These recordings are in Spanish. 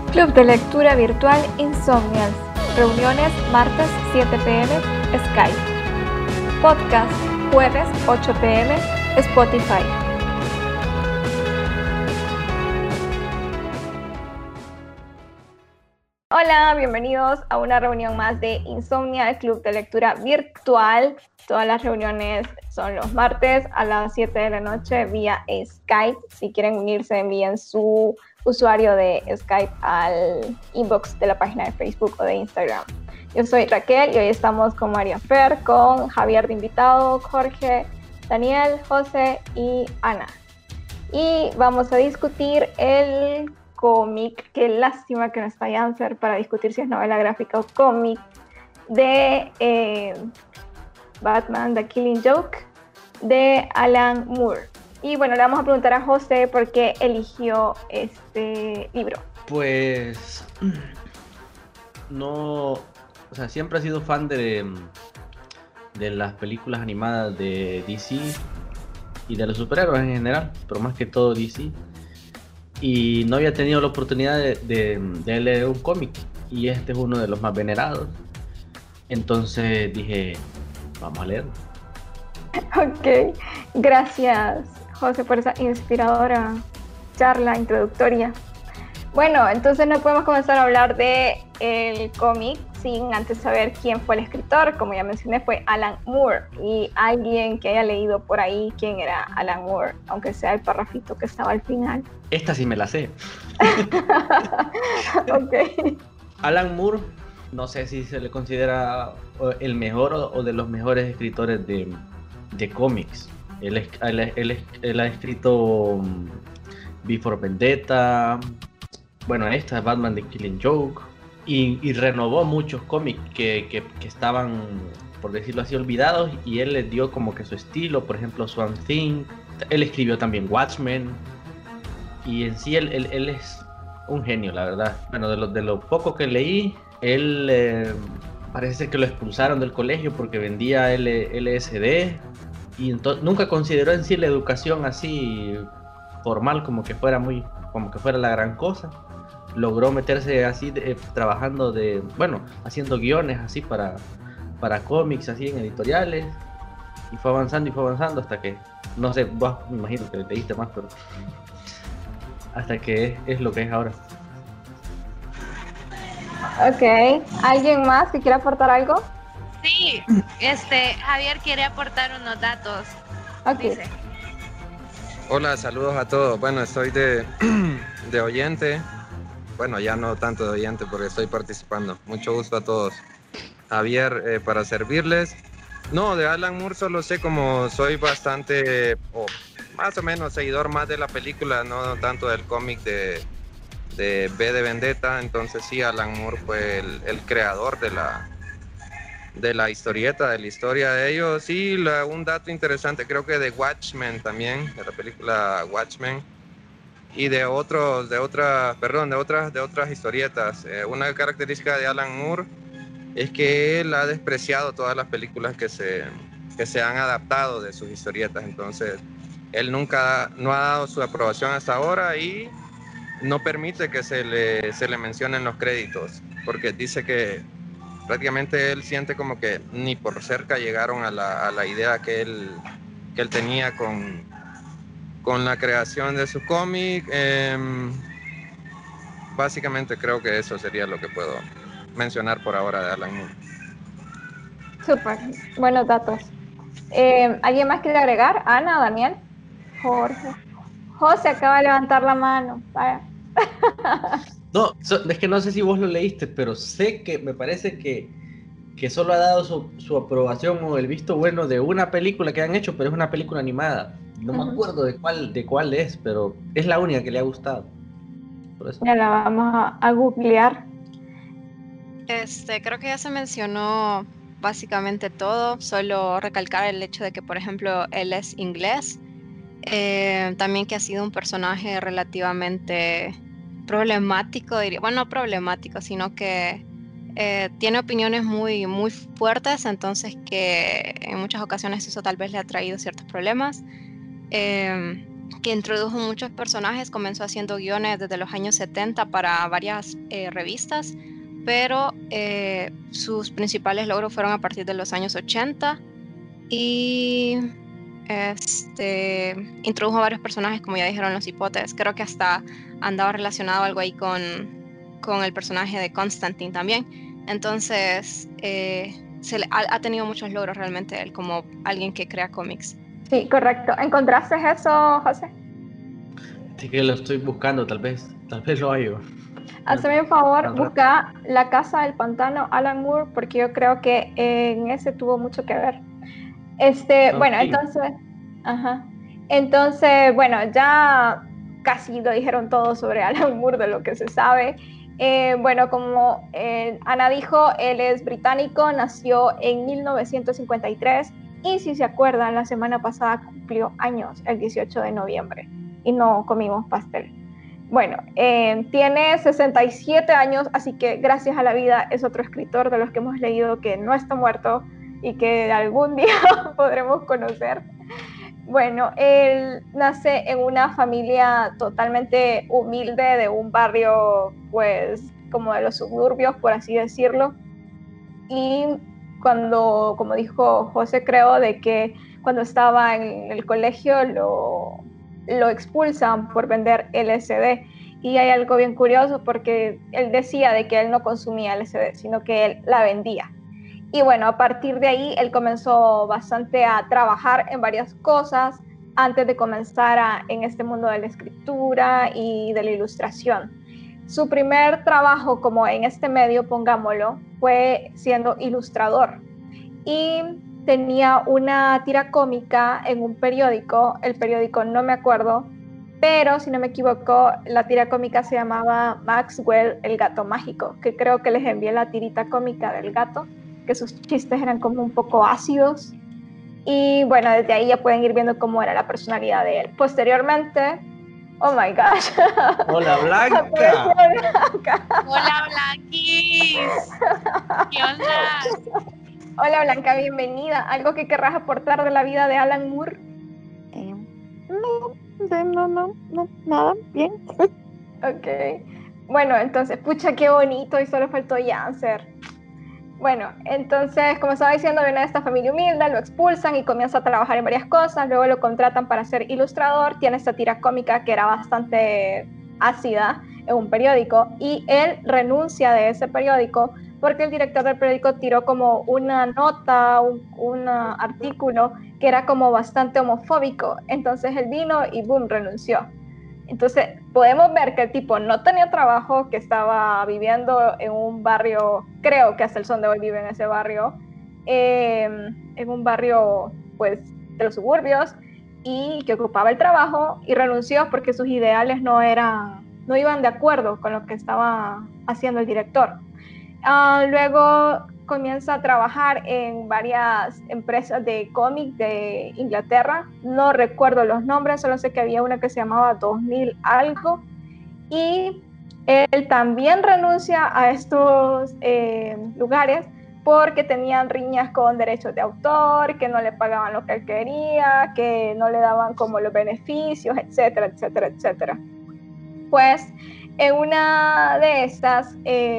Club de lectura virtual Insomnials. Reuniones martes 7 p.m. Skype. Podcast jueves 8 p.m. Spotify. Hola, bienvenidos a una reunión más de Insomnia, el Club de lectura virtual. Todas las reuniones son los martes a las 7 de la noche vía Skype. Si quieren unirse, envíen su usuario de Skype al inbox de la página de Facebook o de Instagram. Yo soy Raquel y hoy estamos con María Fer, con Javier de invitado, Jorge, Daniel, José y Ana. Y vamos a discutir el cómic, qué lástima que no está Janser para discutir si es novela gráfica o cómic, de Batman, The Killing Joke, de Alan Moore. Y bueno, le vamos a preguntar a José por qué eligió este libro. Pues no, o sea, siempre he sido fan de las películas animadas de DC y de los superhéroes en general, pero más que todo DC. Y no había tenido la oportunidad de leer un cómic, y este es uno de los más venerados. Entonces dije, vamos a leerlo. Ok, gracias José por esa inspiradora charla introductoria. Bueno, entonces no podemos comenzar a hablar del cómic sin antes saber quién fue el escritor. Como ya mencioné, fue Alan Moore. Y alguien que haya leído por ahí quién era Alan Moore, aunque sea el parrafito que estaba al final. Esta sí me la sé. Ok. Alan Moore, no sé si se le considera el mejor o de los mejores escritores de cómics. Él ha escrito V for Vendetta, bueno, esta es Batman The Killing Joke, y renovó muchos cómics que estaban, por decirlo así, olvidados, y él les dio como que su estilo. Por ejemplo, Swamp Thing. Él escribió también Watchmen, y en sí él es un genio, la verdad. Bueno, de lo poco que leí, él parece que lo expulsaron del colegio porque vendía LSD, y nunca consideró en sí la educación así formal como que fuera la gran cosa. Logró meterse así trabajando haciendo guiones así para cómics, así en editoriales, y fue avanzando hasta que, no sé, vos me imagino que leíste más, pero hasta que es lo que es ahora. Ok, ¿alguien más que quiera aportar algo? Sí, Javier quiere aportar unos datos. Ok. Dice. Hola, saludos a todos. Bueno, estoy de oyente. Bueno, ya no tanto de oyente porque estoy participando. Mucho gusto a todos. Javier, para servirles. No, de Alan Moore solo sé, como soy bastante, más o menos seguidor más de la película, no tanto del cómic de V de Vendetta. Entonces sí, Alan Moore fue el creador de la historieta, de la historia de ellos. Sí, un dato interesante, creo que de Watchmen también, de la película Watchmen, y de otras historietas. Una característica de Alan Moore es que él ha despreciado todas las películas que se han adaptado de sus historietas. Entonces él no ha dado su aprobación hasta ahora, y no permite que se le mencionen los créditos, porque dice que prácticamente él siente como que ni por cerca llegaron a la idea que él tenía con la creación de su cómic. Básicamente creo que eso sería lo que puedo mencionar por ahora de Alan Moore. Súper, buenos datos. ¿Alguien más quiere agregar? Ana, Daniel, Jorge. José acaba de levantar la mano. Vaya. No, es que no sé si vos lo leíste, pero sé que me parece que solo ha dado su aprobación o el visto bueno de una película que han hecho, pero es una película animada. No me acuerdo de cuál es, pero es la única que le ha gustado. Por eso. Ya la vamos a googlear. Creo que ya se mencionó básicamente todo, solo recalcar el hecho de que, por ejemplo, él es inglés, también que ha sido un personaje relativamente problemático, diría, bueno, no problemático, sino que tiene opiniones muy, muy fuertes, entonces que en muchas ocasiones eso tal vez le ha traído ciertos problemas. que introdujo muchos personajes, comenzó haciendo guiones desde los años 70 para varias revistas, pero sus principales logros fueron a partir de los años 80 y introdujo varios personajes, como ya dijeron los hipotes. Creo que hasta andaba relacionado algo ahí con el personaje de Constantine también. Entonces ha tenido muchos logros realmente él como alguien que crea cómics. Sí, correcto. ¿Encontraste eso, José? Sí que lo estoy buscando, tal vez lo hallo. Hazme un favor, busca La Casa del Pantano, Alan Moore, porque yo creo que en ese tuvo mucho que ver. Bueno, entonces, bueno, ya casi lo dijeron todo sobre Alan Moore, de lo que se sabe. Bueno, como Ana dijo, él es británico, nació en 1953 y si se acuerdan, la semana pasada cumplió años, el 18 de noviembre, y no comimos pastel. Bueno, tiene 67 años, así que gracias a la vida es otro escritor de los que hemos leído que no está muerto y que algún día podremos conocer. Bueno, él nace en una familia totalmente humilde de un barrio, pues, como de los suburbios, por así decirlo. Y cuando, como dijo José, creo, de que cuando estaba en el colegio lo expulsan por vender LSD. Y hay algo bien curioso porque él decía de que él no consumía LSD, sino que él la vendía. Y bueno, a partir de ahí él comenzó bastante a trabajar en varias cosas antes de comenzar en este mundo de la escritura y de la ilustración. Su primer trabajo como en este medio, pongámoslo, fue siendo ilustrador. Y tenía una tira cómica en un periódico, el periódico no me acuerdo, pero si no me equivoco, la tira cómica se llamaba Maxwell, el gato mágico, que creo que les envié la tirita cómica del gato, que sus chistes eran como un poco ácidos. Y bueno, desde ahí ya pueden ir viendo cómo era la personalidad de él. Posteriormente, oh my gosh. Hola, Blanca. Hola, Blanquis. ¿Qué onda? Hola, Blanca, bienvenida. ¿Algo que querrás aportar de la vida de Alan Moore? No, nada, bien. Ok. Bueno, entonces, pucha, qué bonito, y solo faltó Janser. Bueno, entonces, como estaba diciendo, viene de esta familia humilde, lo expulsan y comienza a trabajar en varias cosas, luego lo contratan para ser ilustrador, tiene esta tira cómica que era bastante ácida en un periódico, y él renuncia de ese periódico porque el director del periódico tiró como una nota, un artículo que era como bastante homofóbico, entonces él vino y boom, renunció. Entonces podemos ver que el tipo no tenía trabajo, que estaba viviendo en un barrio, creo que hasta el son de hoy vive en ese barrio, en un barrio pues de los suburbios, y que ocupaba el trabajo y renunció porque sus ideales no iban de acuerdo con lo que estaba haciendo el director. Luego comienza a trabajar en varias empresas de cómic de Inglaterra, no recuerdo los nombres, solo sé que había una que se llamaba 2000 algo, y él también renuncia a estos lugares porque tenían riñas con derechos de autor, que no le pagaban lo que él quería, que no le daban como los beneficios, etcétera, etcétera, etcétera. Pues en una de estas,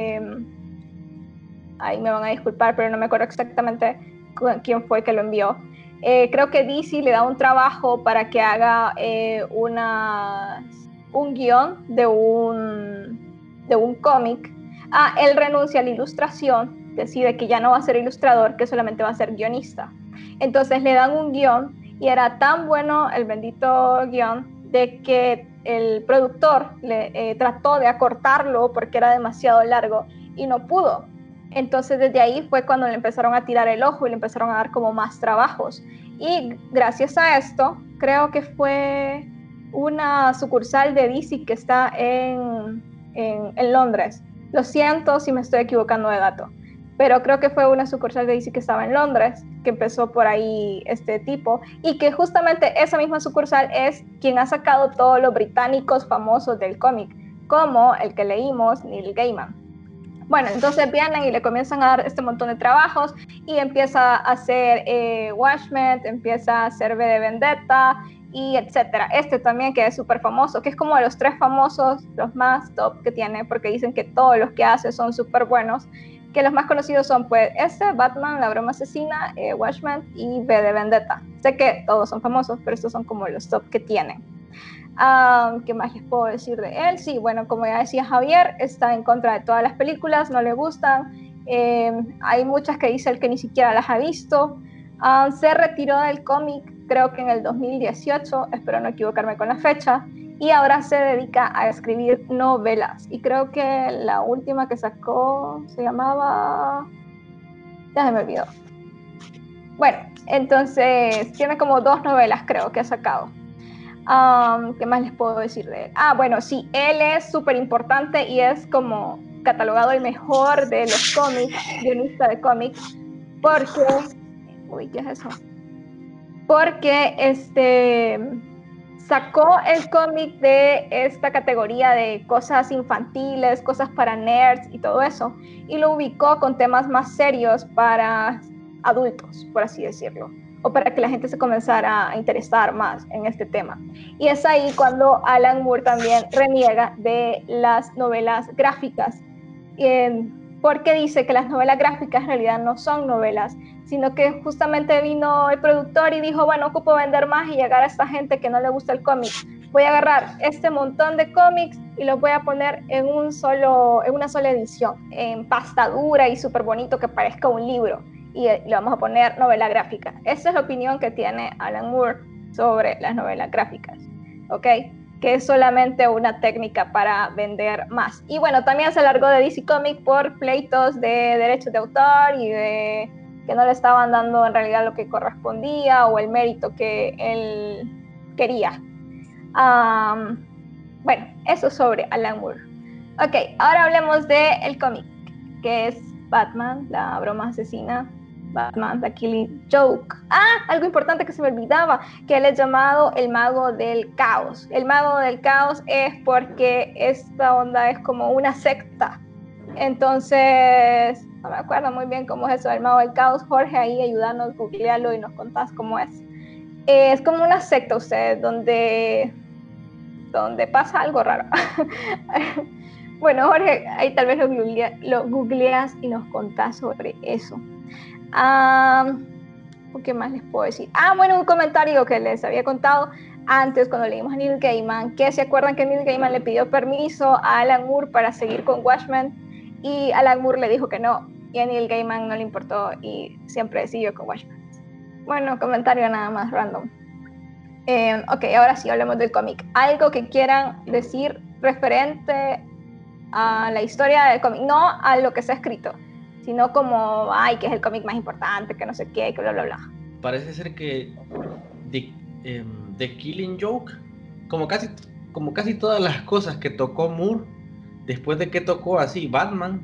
ahí me van a disculpar, pero no me acuerdo exactamente quién fue que lo envió. Creo que DC le da un trabajo para que haga un guión de un cómic. Él renuncia a la ilustración, decide que ya no va a ser ilustrador, que solamente va a ser guionista. Entonces le dan un guión y era tan bueno el bendito guión de que el productor trató de acortarlo porque era demasiado largo y no pudo. Entonces desde ahí fue cuando le empezaron a tirar el ojo y le empezaron a dar como más trabajos. Y gracias a esto, creo que fue una sucursal de DC que está en Londres. Lo siento si me estoy equivocando de dato, pero creo que fue una sucursal de DC que estaba en Londres, que empezó por ahí este tipo, y que justamente esa misma sucursal es quien ha sacado todos los británicos famosos del cómic, como el que leímos, Neil Gaiman. Bueno, entonces vienen y le comienzan a dar este montón de trabajos y empieza a hacer Watchmen, empieza a hacer V de Vendetta y etcétera. Este también que es súper famoso, que es como de los 3 famosos, los más top que tiene, porque dicen que todos los que hace son súper buenos, que los más conocidos son pues Batman, La Broma Asesina, Watchmen y V de Vendetta. Sé que todos son famosos, pero estos son como los top que tienen. ¿Qué más les puedo decir de él? Sí, bueno, como ya decía Javier, está en contra de todas las películas, no le gustan. Hay muchas que dice él que ni siquiera las ha visto. Se retiró del cómic, creo que en el 2018, espero no equivocarme con la fecha, y ahora se dedica a escribir novelas. Y creo que la última que sacó se llamaba... Ya se me olvidó. Bueno, entonces tiene como 2 novelas creo que ha sacado. ¿Qué más les puedo decir de él? Bueno, sí, él es súper importante y es como catalogado el mejor de los cómics, guionista de cómics, porque... Uy, ¿qué es eso? Porque sacó el cómic de esta categoría de cosas infantiles, cosas para nerds y todo eso, y lo ubicó con temas más serios para adultos, por así decirlo, o para que la gente se comenzara a interesar más en este tema. Y es ahí cuando Alan Moore también reniega de las novelas gráficas, porque dice que las novelas gráficas en realidad no son novelas, sino que justamente vino el productor y dijo, bueno, ocupo vender más y llegar a esta gente que no le gusta el cómic. Voy a agarrar este montón de cómics y los voy a poner en una sola edición, en pasta dura y súper bonito que parezca un libro, y le vamos a poner novela gráfica. Esa es la opinión que tiene Alan Moore sobre las novelas gráficas, ¿ok? Que es solamente una técnica para vender más. Y bueno, también se largó de DC Comics por pleitos de derechos de autor y de que no le estaban dando en realidad lo que correspondía o el mérito que él quería. Bueno, eso sobre Alan Moore. Ok, ahora hablemos del cómic, que es Batman, la broma asesina, Batman, The Killing Joke. Algo importante que se me olvidaba, que él es llamado el mago del caos. El mago del caos es porque esta onda es como una secta. Entonces, no me acuerdo muy bien cómo es eso del mago del caos. Jorge, ahí ayúdanos, googlealo y nos contás cómo es. Es como una secta, ustedes, donde pasa algo raro. Bueno, Jorge, ahí tal vez lo googleas y nos contás sobre eso. ¿Qué más les puedo decir? Bueno, un comentario que les había contado antes cuando leímos a Neil Gaiman, que se acuerdan que Neil Gaiman le pidió permiso a Alan Moore para seguir con Watchmen y Alan Moore le dijo que no, y a Neil Gaiman no le importó y siempre siguió con Watchmen. Bueno, comentario nada más random. Ok, ahora sí, hablemos del cómic. ¿Algo que quieran decir referente a la historia del cómic? No a lo que se ha escrito, sino como, que es el cómic más importante, que no sé qué, que bla, bla, bla. Parece ser que The Killing Joke, como casi todas las cosas que tocó Moore, después de que tocó así Batman,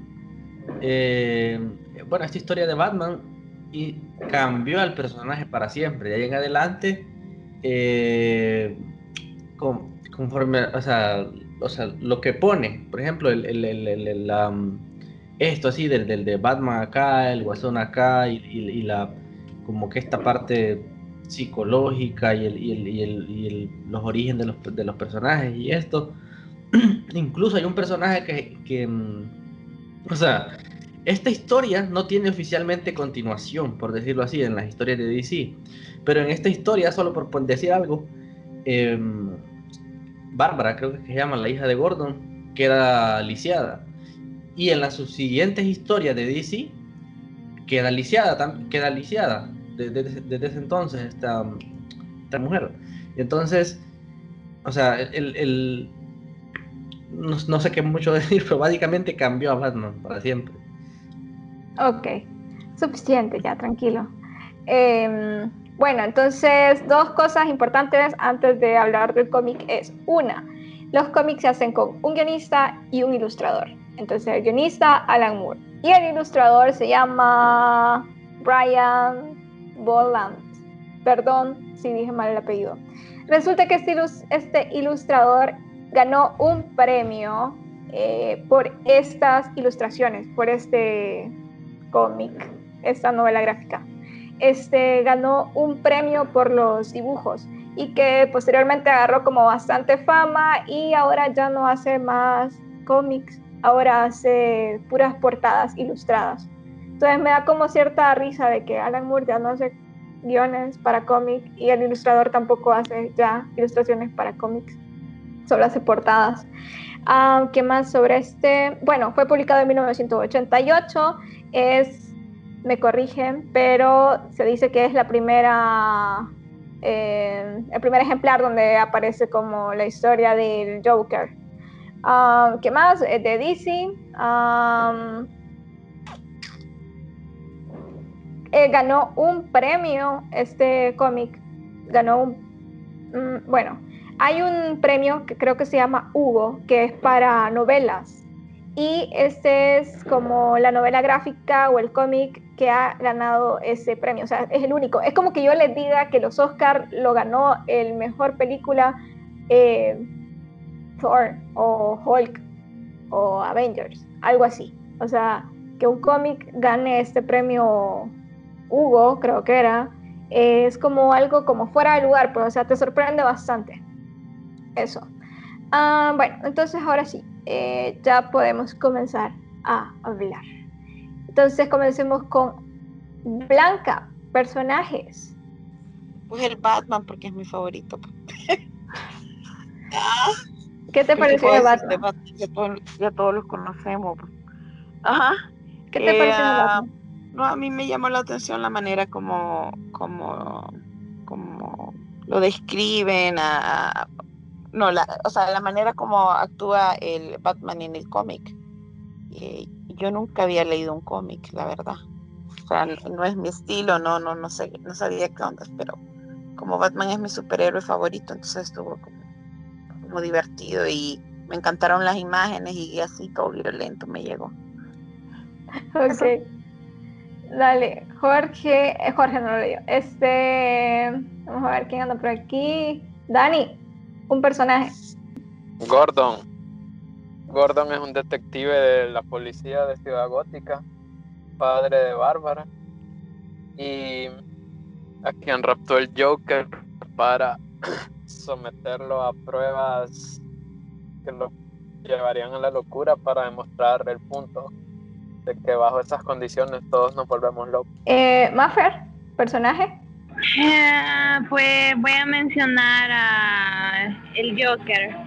bueno, esta historia de Batman y cambió al personaje para siempre. De ahí en adelante, conforme, o sea, lo que pone, por ejemplo, esto así del de Batman acá, el Guasón acá y la como que esta parte psicológica y los orígenes de los personajes y esto. Incluso hay un personaje que o sea, esta historia no tiene oficialmente continuación, por decirlo así, en las historias de DC, pero en esta historia, solo por decir algo, Bárbara, creo que se llama, la hija de Gordon, queda lisiada. Y en las subsiguientes historias de DC queda lisiada desde ese entonces esta mujer. Entonces, o sea, no sé qué mucho decir, pero básicamente cambió a Batman para siempre. Ok, suficiente ya, tranquilo. Bueno, entonces 2 cosas importantes antes de hablar del cómic es, una, los cómics se hacen con un guionista y un ilustrador. Entonces el guionista, Alan Moore, y el ilustrador se llama Brian Bolland. Perdón si dije mal el apellido. Resulta que este ilustrador ganó un premio por estas ilustraciones, por este cómic, esta novela gráfica. Ganó un premio por los dibujos y que posteriormente agarró como bastante fama y ahora ya no hace más cómics, ahora hace puras portadas ilustradas. Entonces me da como cierta risa de que Alan Moore ya no hace guiones para cómic y el ilustrador tampoco hace ya ilustraciones para cómics, solo hace portadas. ¿Qué más sobre este? Bueno, fue publicado en 1988, me corrigen, pero se dice que es el primer ejemplar donde aparece como la historia del Joker. ¿Qué más? De DC. Ganó un premio, este cómic, bueno, hay un premio que creo que se llama Hugo, que es para novelas, y este es como la novela gráfica o el cómic que ha ganado ese premio, o sea, es el único. Es como que yo les diga que los Oscar lo ganó el mejor película Thor o Hulk o Avengers, algo así. O sea, que un cómic gane este premio Hugo, creo que era, es como algo como fuera de lugar, pues, o sea, te sorprende bastante. Eso. Bueno, entonces ahora sí, ya podemos comenzar a hablar. Entonces comencemos con Blanca, personajes. Pues el Batman, porque es mi favorito. ¿Qué te pareció de Batman? Ya todos los conocemos. Ajá. ¿Qué te pareció de Batman? No, a mí me llamó la atención la manera como lo describen, o sea, la manera como actúa el Batman en el cómic. Yo nunca había leído un cómic, la verdad. O sea, no es mi estilo, no sé, no sabía qué onda, pero como Batman es mi superhéroe favorito, entonces estuvo como divertido y me encantaron las imágenes y así todo violento me llegó. Ok. Eso. Dale, Jorge no lo leo. Vamos a ver quién anda por aquí. Dani, un personaje. Gordon. Gordon es un detective de la policía de Ciudad Gótica, padre de Bárbara, y a quien raptó el Joker para someterlo a pruebas que lo llevarían a la locura para demostrar el punto de que bajo esas condiciones todos nos volvemos locos. Maffer, personaje. Pues voy a mencionar a el Joker.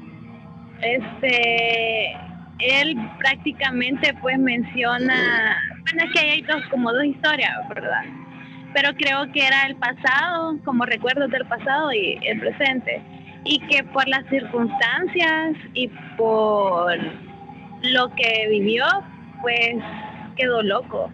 Él prácticamente pues menciona, bueno, es que hay como dos historias, ¿verdad? Pero creo que era el pasado, como recuerdos del pasado y el presente, y que por las circunstancias y por lo que vivió, pues quedó loco.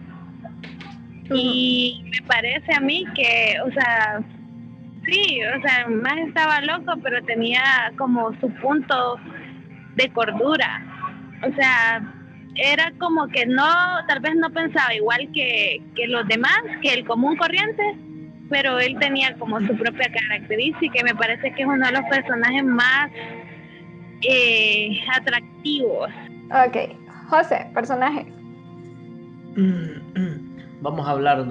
Y me parece a mí que, o sea, sí, o sea, más estaba loco, pero tenía como su punto de cordura. O sea, era como que no, tal vez no pensaba igual que los demás, que el común corriente, pero él tenía como su propia característica y me parece que es uno de los personajes más atractivos. Ok, José, personaje. Vamos a hablar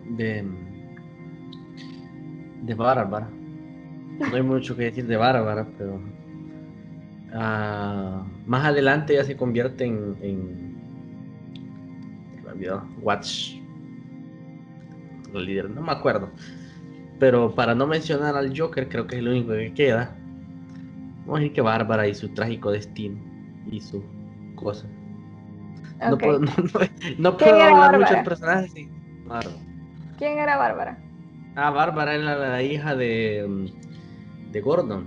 de Bárbara. No hay mucho que decir de Bárbara, pero más adelante ya se convierte en Watch, el líder, no me acuerdo. Pero para no mencionar al Joker, creo que es el único que queda. Vamos a decir que Bárbara y su trágico destino y sus cosas. Okay. No puedo hablar mucho del personaje. Sí. ¿Quién era Bárbara? Bárbara es la hija de Gordon.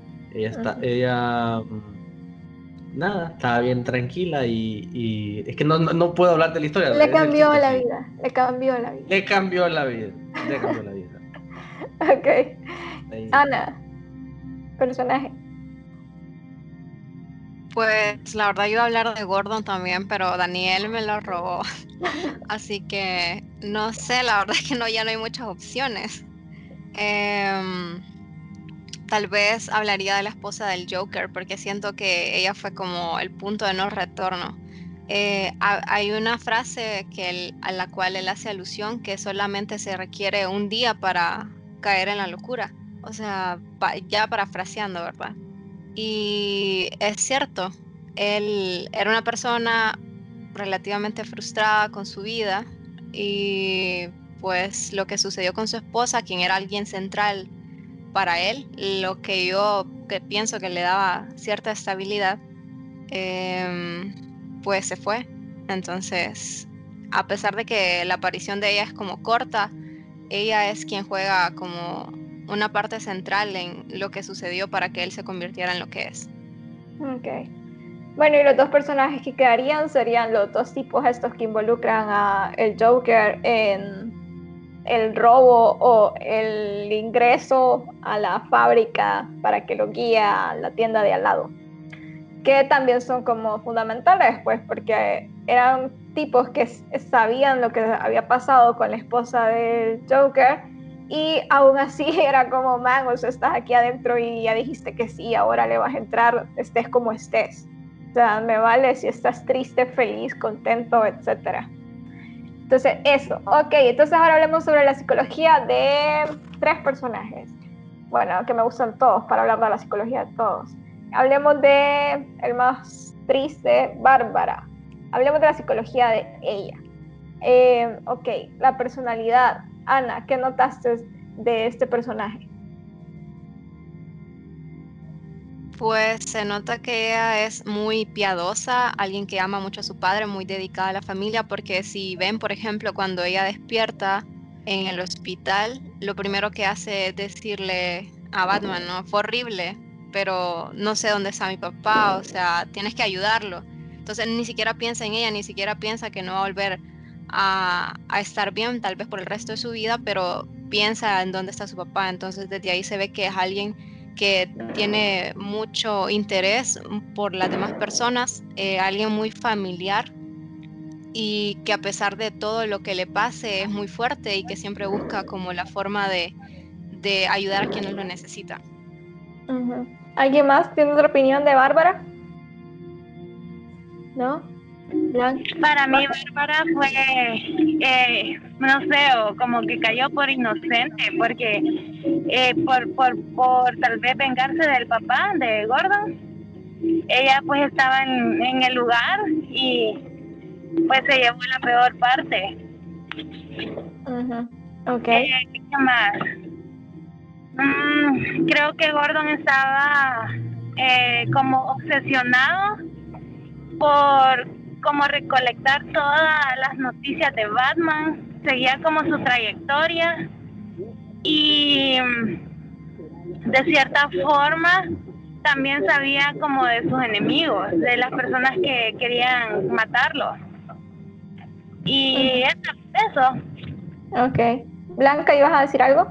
Ella estaba bien tranquila y es que no puedo hablar de la historia. Le cambió la vida. Ok. Ana, personaje. Pues la verdad yo iba a hablar de Gordon también, pero Daniel me lo robó. Así que no sé, la verdad es que ya no hay muchas opciones. Tal vez hablaría de la esposa del Joker, porque siento que ella fue como el punto de no retorno. Hay una frase a la cual él hace alusión, que solamente se requiere un día para caer en la locura. O sea, ya parafraseando, ¿verdad? Y es cierto, él era una persona relativamente frustrada con su vida y pues lo que sucedió con su esposa, quien era alguien central para él, lo que yo pienso que le daba cierta estabilidad, pues se fue. Entonces, a pesar de que la aparición de ella es como corta, ella es quien juega como una parte central en lo que sucedió para que él se convirtiera en lo que es. Ok. Bueno, y los dos personajes que quedarían serían los dos tipos estos que involucran a el Joker en el robo o el ingreso a la fábrica para que lo guíe a la tienda de al lado, que también son como fundamentales, pues, porque eran tipos que sabían lo que había pasado con la esposa del Joker y aún así era como, man, o sea, estás aquí adentro y ya dijiste que sí, ahora le vas a entrar, estés como estés. O sea, me vale si estás triste, feliz, contento, etcétera. Entonces, eso. Ok, entonces ahora hablemos sobre la psicología de 3 personajes. Bueno, que me gustan todos para hablar de la psicología de todos. Hablemos de el más triste, Bárbara. Hablemos de la psicología de ella. Ok, la personalidad. Ana, ¿qué notaste de este personaje? Pues se nota que ella es muy piadosa, alguien que ama mucho a su padre, muy dedicada a la familia, porque si ven, por ejemplo, cuando ella despierta en el hospital, lo primero que hace es decirle a Batman, ¿no? Fue horrible, pero no sé dónde está mi papá, o sea, tienes que ayudarlo. Entonces ni siquiera piensa en ella, ni siquiera piensa que no va a volver a estar bien, tal vez por el resto de su vida, pero piensa en dónde está su papá. Entonces desde ahí se ve que es alguien que tiene mucho interés por las demás personas, alguien muy familiar y que a pesar de todo lo que le pase es muy fuerte y que siempre busca como la forma de ayudar a quienes lo necesitan. Uh-huh. ¿Alguien más tiene otra opinión de Bárbara? ¿No? Para mí Bárbara fue, no sé, o como que cayó por inocente, porque por tal vez vengarse del papá de Gordon, ella pues estaba en el lugar y pues se llevó la peor parte. Uh-huh. Ok. ¿Qué más? Creo que Gordon estaba como obsesionado por como recolectar todas las noticias de Batman, seguía como su trayectoria y de cierta forma también sabía como de sus enemigos, de las personas que querían matarlo. Y eso. Ok. Blanca, ¿ibas a decir algo?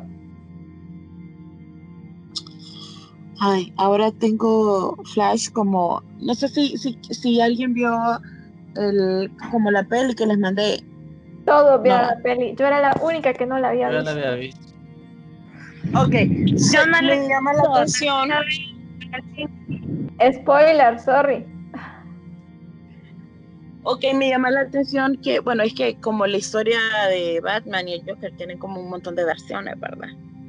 Ay, ahora tengo flash como, no sé si alguien vio como la peli que les mandé. Todos vieron No. la peli. Yo era la única que no la había Yo ya visto. la había visto. Ok, Yo no me llama la atención. Spoiler, sorry. Ok, me llama la atención que, bueno, es que como la historia de Batman y el Joker tienen como un montón de versiones, ¿verdad?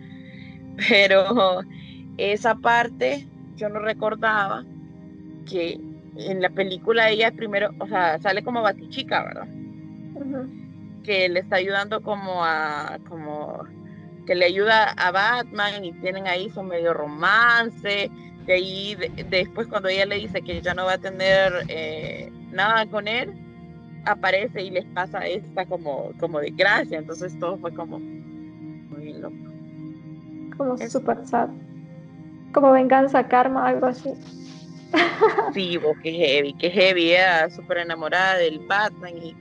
Pero esa parte yo no recordaba que en la película ella primero, o sea, sale como Batichica, ¿verdad? Uh-huh. Que le está ayudando como que le ayuda a Batman y tienen ahí su medio romance. De ahí después cuando ella le dice que ya no va a tener nada con él, aparece y les pasa esta como desgracia. Entonces todo fue como muy loco. Como super sad. Como venganza, karma, algo así. Sí, qué heavy, era súper enamorada del Batman y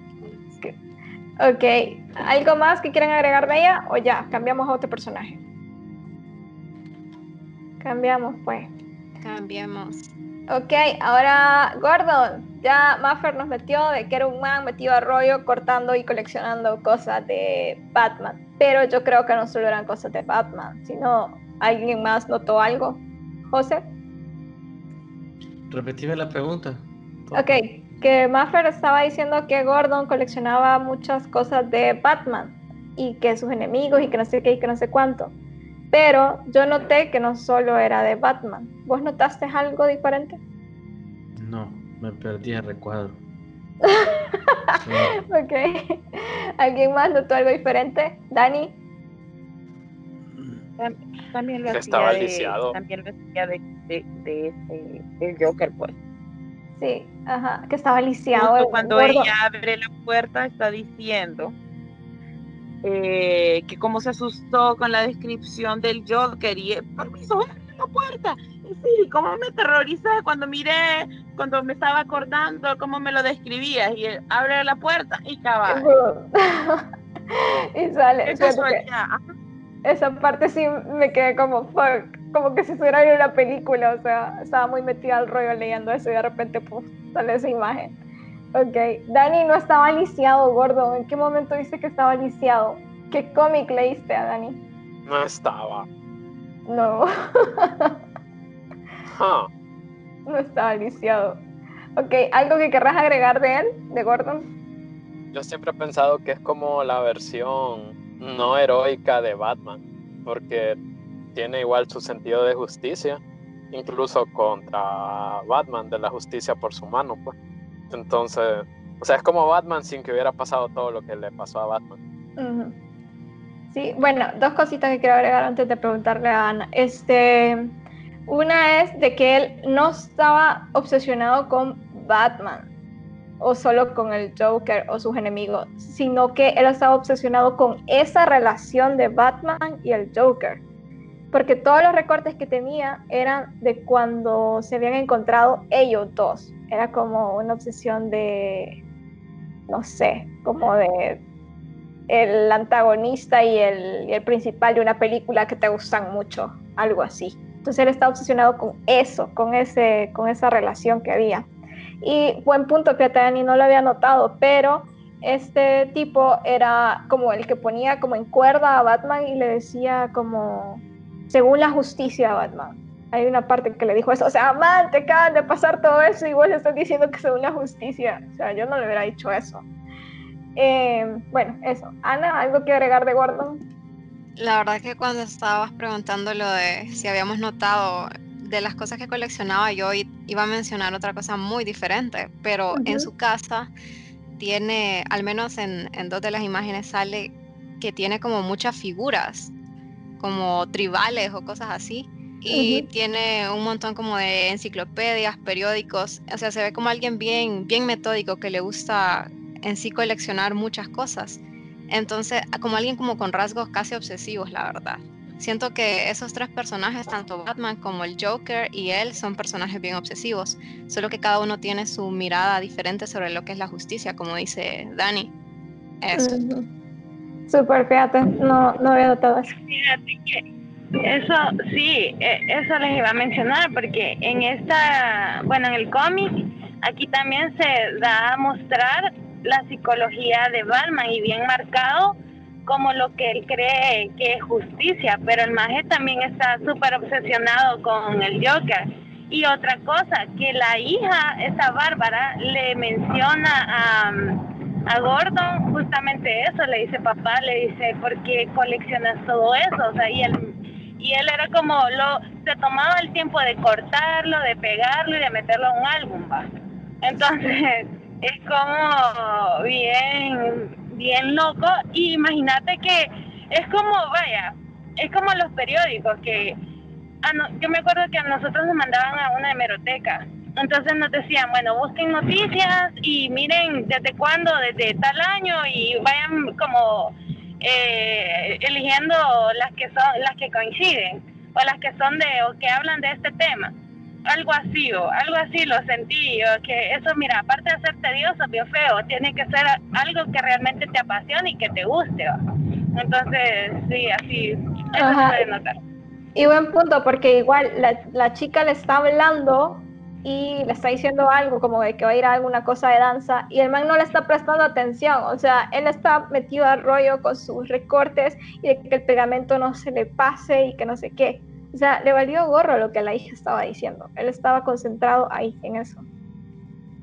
Ok, ¿algo más que quieran agregar de ella o ya, cambiamos a otro personaje? Cambiamos, pues. Cambiemos. Ok, ahora Gordon. Ya Maffer nos metió de que era un man metido a rollo cortando y coleccionando cosas de Batman. Pero yo creo que no solo eran cosas de Batman, sino alguien más notó algo. ¿José? Repetime la pregunta. Ok, que Maffer estaba diciendo que Gordon coleccionaba muchas cosas de Batman y que sus enemigos y que no sé qué y que no sé cuánto. Pero yo noté que no solo era de Batman. ¿Vos notaste algo diferente? No, me perdí el recuadro. Ok. ¿Alguien más notó algo diferente? ¿Dani? También lo Estaba hacía lisiado. del Joker, pues. Sí, ajá, que estaba lisiado. Justo el cuando gordo. ella abre la puerta está diciendo que cómo se asustó con la descripción del Joker y permiso, abre la puerta. Y sí, cómo me aterroricé cuando me estaba acordando cómo me lo describías y él abre la puerta y cabal. Y sale. Qué Fíjate que casualidad. esa parte sí me quedé como fuck, como que si estuviera en una película, o sea, estaba muy metida al rollo leyendo eso y de repente sale esa imagen. Ok, Dani no estaba lisiado, gordo. ¿En qué momento viste que estaba lisiado? ¿Qué cómic leíste a Dani? No estaba. No, Huh. no estaba lisiado. Ok, ¿algo que querrás agregar de él, de Gordon? Yo siempre he pensado que es como la versión no heroica de Batman, porque tiene igual su sentido de justicia, incluso contra Batman, de la justicia por su mano, pues. Entonces, o sea, es como Batman sin que hubiera pasado todo lo que le pasó a Batman. Uh-huh. Sí, bueno, dos cositas que quiero agregar antes de preguntarle a Ana. Una es de que él no estaba obsesionado con Batman o solo con el Joker o sus enemigos, sino que él estaba obsesionado con esa relación de Batman y el Joker, porque todos los recortes que tenía eran de cuando se habían encontrado ellos dos. Era como una obsesión de, no sé, como de el antagonista y el principal de una película que te gustan mucho, algo así. Entonces él está obsesionado con eso, con esa relación que había. Y buen punto, fíjate, Dani, no lo había notado, pero este tipo era como el que ponía como en cuerda a Batman y le decía como, según la justicia a Batman. Hay una parte que le dijo eso, o sea, man, te acaban de pasar todo eso y vos le estás diciendo que según la justicia. O sea, yo no le hubiera dicho eso. Bueno, eso. Ana, ¿algo que agregar de Gordon? La verdad que cuando estabas preguntando lo de si habíamos notado de las cosas que coleccionaba, yo iba a mencionar otra cosa muy diferente, pero en su casa tiene, al menos en dos de las imágenes sale que tiene como muchas figuras, como tribales o cosas así, y tiene un montón como de enciclopedias, periódicos, o sea, se ve como alguien bien, bien metódico que le gusta en sí coleccionar muchas cosas. Entonces, como alguien como con rasgos casi obsesivos, la verdad. Siento que esos tres personajes, tanto Batman como el Joker y él, son personajes bien obsesivos, solo que cada uno tiene su mirada diferente sobre lo que es la justicia, como dice Dani. Eso. Súper, fíjate, no había notado eso. Fíjate que eso sí, eso les iba a mencionar, porque en en el cómic, aquí también se da a mostrar la psicología de Batman y bien marcado como lo que él cree que es justicia, pero el maje también está súper obsesionado con el Joker. Y otra cosa, que la hija, esa Bárbara, le menciona a Gordon justamente eso, le dice papá, le dice, ¿por qué coleccionas todo eso? O sea, y él era como, se tomaba el tiempo de cortarlo, de pegarlo y de meterlo en un álbum, ¿va? Entonces, es como bien loco, y imagínate que es como, vaya, es como los periódicos que, yo me acuerdo que a nosotros nos mandaban a una hemeroteca. Entonces nos decían, bueno, busquen noticias y miren desde cuándo, desde tal año, y vayan como eligiendo las que coinciden, o las que son o que hablan de este tema. Algo así lo sentí, que eso, mira, aparte de ser tedioso, bien feo, tiene que ser algo que realmente te apasione y que te guste, ¿va? Entonces, sí, así, eso se puede notar. Y buen punto, porque igual la chica le está hablando y le está diciendo algo como de que va a ir a alguna cosa de danza y el man no le está prestando atención, o sea, él está metido al rollo con sus recortes y de que el pegamento no se le pase y que no sé qué. O sea, le valió gorro lo que la hija estaba diciendo, él estaba concentrado ahí en eso.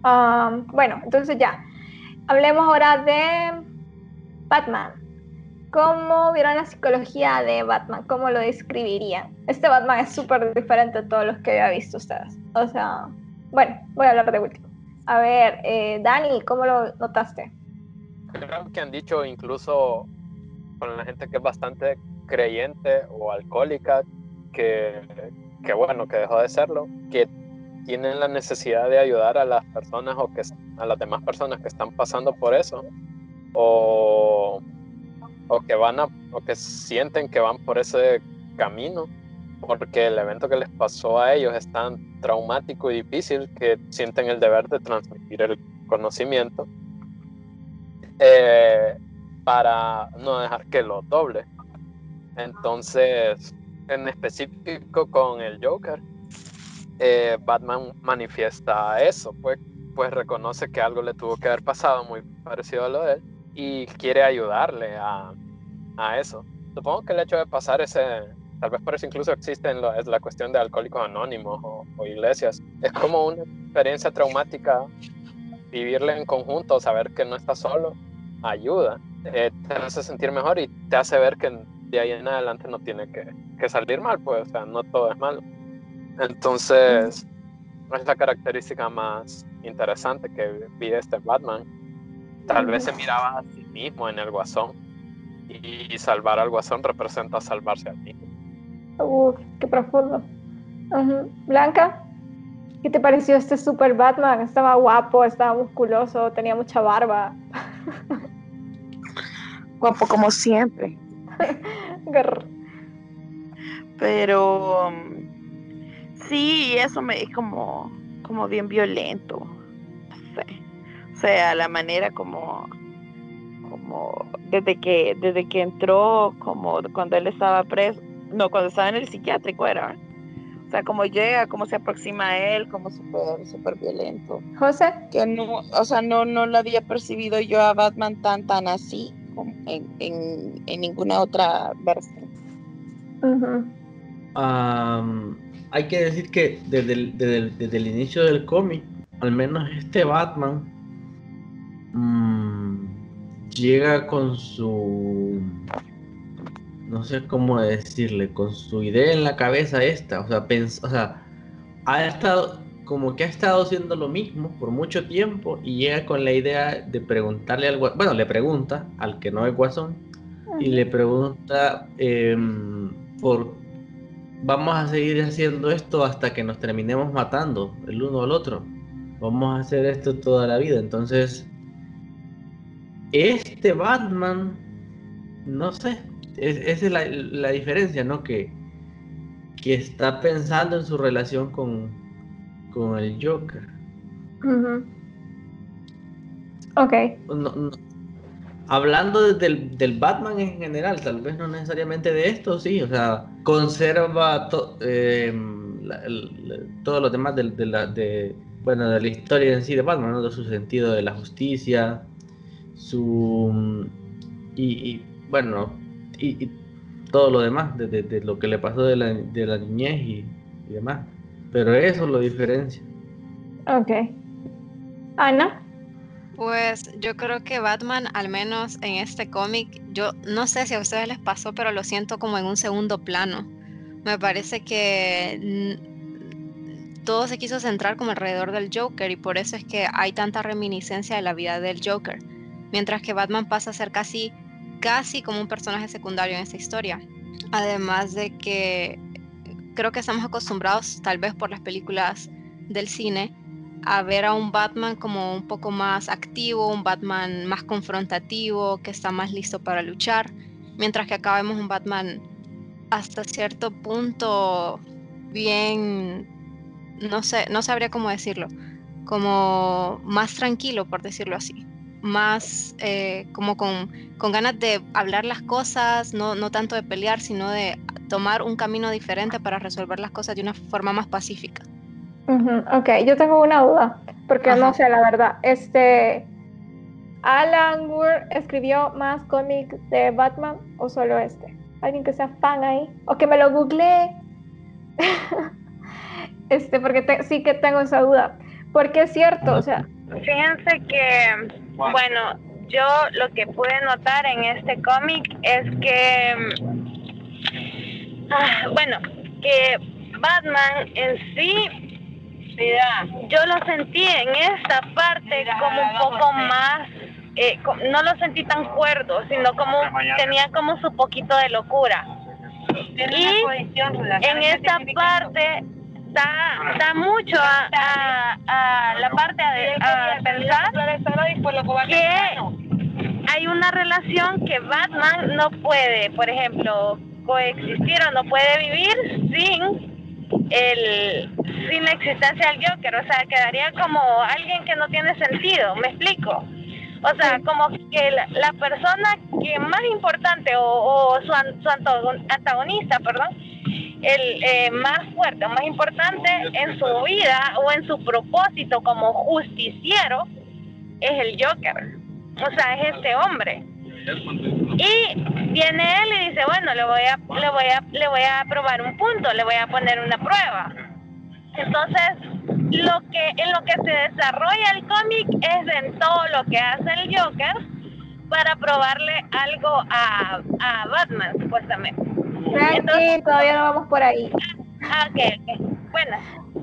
Bueno, entonces ya, hablemos ahora de Batman. ¿cómo vieron la psicología de Batman? ¿Cómo lo describirían? Este Batman es súper diferente a todos los que había visto ustedes. O sea, bueno, voy a hablar de último. A ver, Dani, ¿cómo lo notaste? Creo que han dicho incluso con la gente que es bastante creyente o alcohólica, que bueno, que dejó de serlo, que tienen la necesidad de ayudar a las personas o a las demás personas que están pasando por eso, o que sienten que van por ese camino, porque el evento que les pasó a ellos es tan traumático y difícil que sienten el deber de transmitir el conocimiento para no dejar que lo doble. Entonces, en específico con el Joker, Batman manifiesta eso, pues reconoce que algo le tuvo que haber pasado muy parecido a lo de él y quiere ayudarle a eso. Supongo que el hecho de pasar tal vez por eso incluso existe es la cuestión de alcohólicos anónimos o iglesias. Es como una experiencia traumática, vivirla en conjunto, saber que no estás solo, ayuda, te hace sentir mejor y te hace ver que de ahí en adelante no tiene que salir mal, pues, o sea, no todo es malo. Entonces, es la característica más interesante que vi de este Batman. Tal vez se miraba a sí mismo en el Guasón, y salvar al Guasón representa salvarse a ti. Uf, qué profundo. Blanca, ¿qué te pareció este super Batman? Estaba guapo, estaba musculoso, tenía mucha barba. Guapo como siempre. Pero sí, eso es como bien violento. No sé. O sea, la manera como desde que entró, como cuando él estaba preso, no, cuando estaba en el psiquiátrico era. O sea, cómo llega, cómo se aproxima a él, como súper violento. José, que no, o sea, no lo había percibido yo a Batman tan así como en ninguna otra versión. Hay que decir que desde el inicio del cómic, al menos este Batman llega con su, no sé cómo decirle, con su idea en la cabeza esta, o sea, ha estado haciendo lo mismo por mucho tiempo y llega con la idea de preguntarle al Guasón, bueno, le pregunta al que no es Guasón, y le pregunta vamos a seguir haciendo esto hasta que nos terminemos matando el uno al otro, vamos a hacer esto toda la vida. Entonces este Batman, no sé, esa es la diferencia, ¿no? Que está pensando en su relación con el Joker. Ok. No, hablando del Batman en general, tal vez no necesariamente de esto, sí, o sea, conserva todo lo demás de la historia en sí de Batman, ¿no? De su sentido de la justicia, y todo lo demás, de lo que le pasó de la niñez y demás. Pero eso lo diferencia. Ok. Ana. Pues yo creo que Batman, al menos en este cómic, yo no sé si a ustedes les pasó, pero lo siento como en un segundo plano. Me parece que todo se quiso centrar como alrededor del Joker y por eso es que hay tanta reminiscencia de la vida del Joker, mientras que Batman pasa a ser casi como un personaje secundario en esta historia. Además de que creo que estamos acostumbrados, tal vez por las películas del cine, a ver a un Batman como un poco más activo, un Batman más confrontativo, que está más listo para luchar, mientras que acá vemos un Batman hasta cierto punto bien, no sabría cómo decirlo, como más tranquilo, por decirlo así, más como con ganas de hablar las cosas, no tanto de pelear, sino de tomar un camino diferente para resolver las cosas de una forma más pacífica. Ok, yo tengo una duda, porque no sé la verdad. ¿Alan Moore escribió más cómics de Batman o solo este? ¿Alguien que sea fan ahí? O que me lo googlee. Porque sí que tengo esa duda. Porque es cierto, o sea... Fíjense que, bueno, yo lo que pude notar en este cómic es que, bueno, que Batman en sí, yo lo sentí en esta parte como un poco más, no lo sentí tan cuerdo, sino como tenía como su poquito de locura. Y en esta parte da mucho a la parte a pensar que hay una relación que Batman no puede, por ejemplo, coexistir o no puede vivir sin la existencia del Joker. O sea, quedaría como alguien que no tiene sentido, ¿me explico? O sea, como que la persona que más importante o su antagonista, perdón, el más fuerte o más importante en su vida o en su propósito como justiciero es el Joker. O sea, es este hombre. Y viene él y dice, bueno, le voy a probar un punto, le voy a poner una prueba. Entonces, en lo que se desarrolla el cómic es en todo lo que hace el Joker para probarle algo a Batman, supuestamente. Tranqui, todavía no vamos por ahí. Ok. Bueno,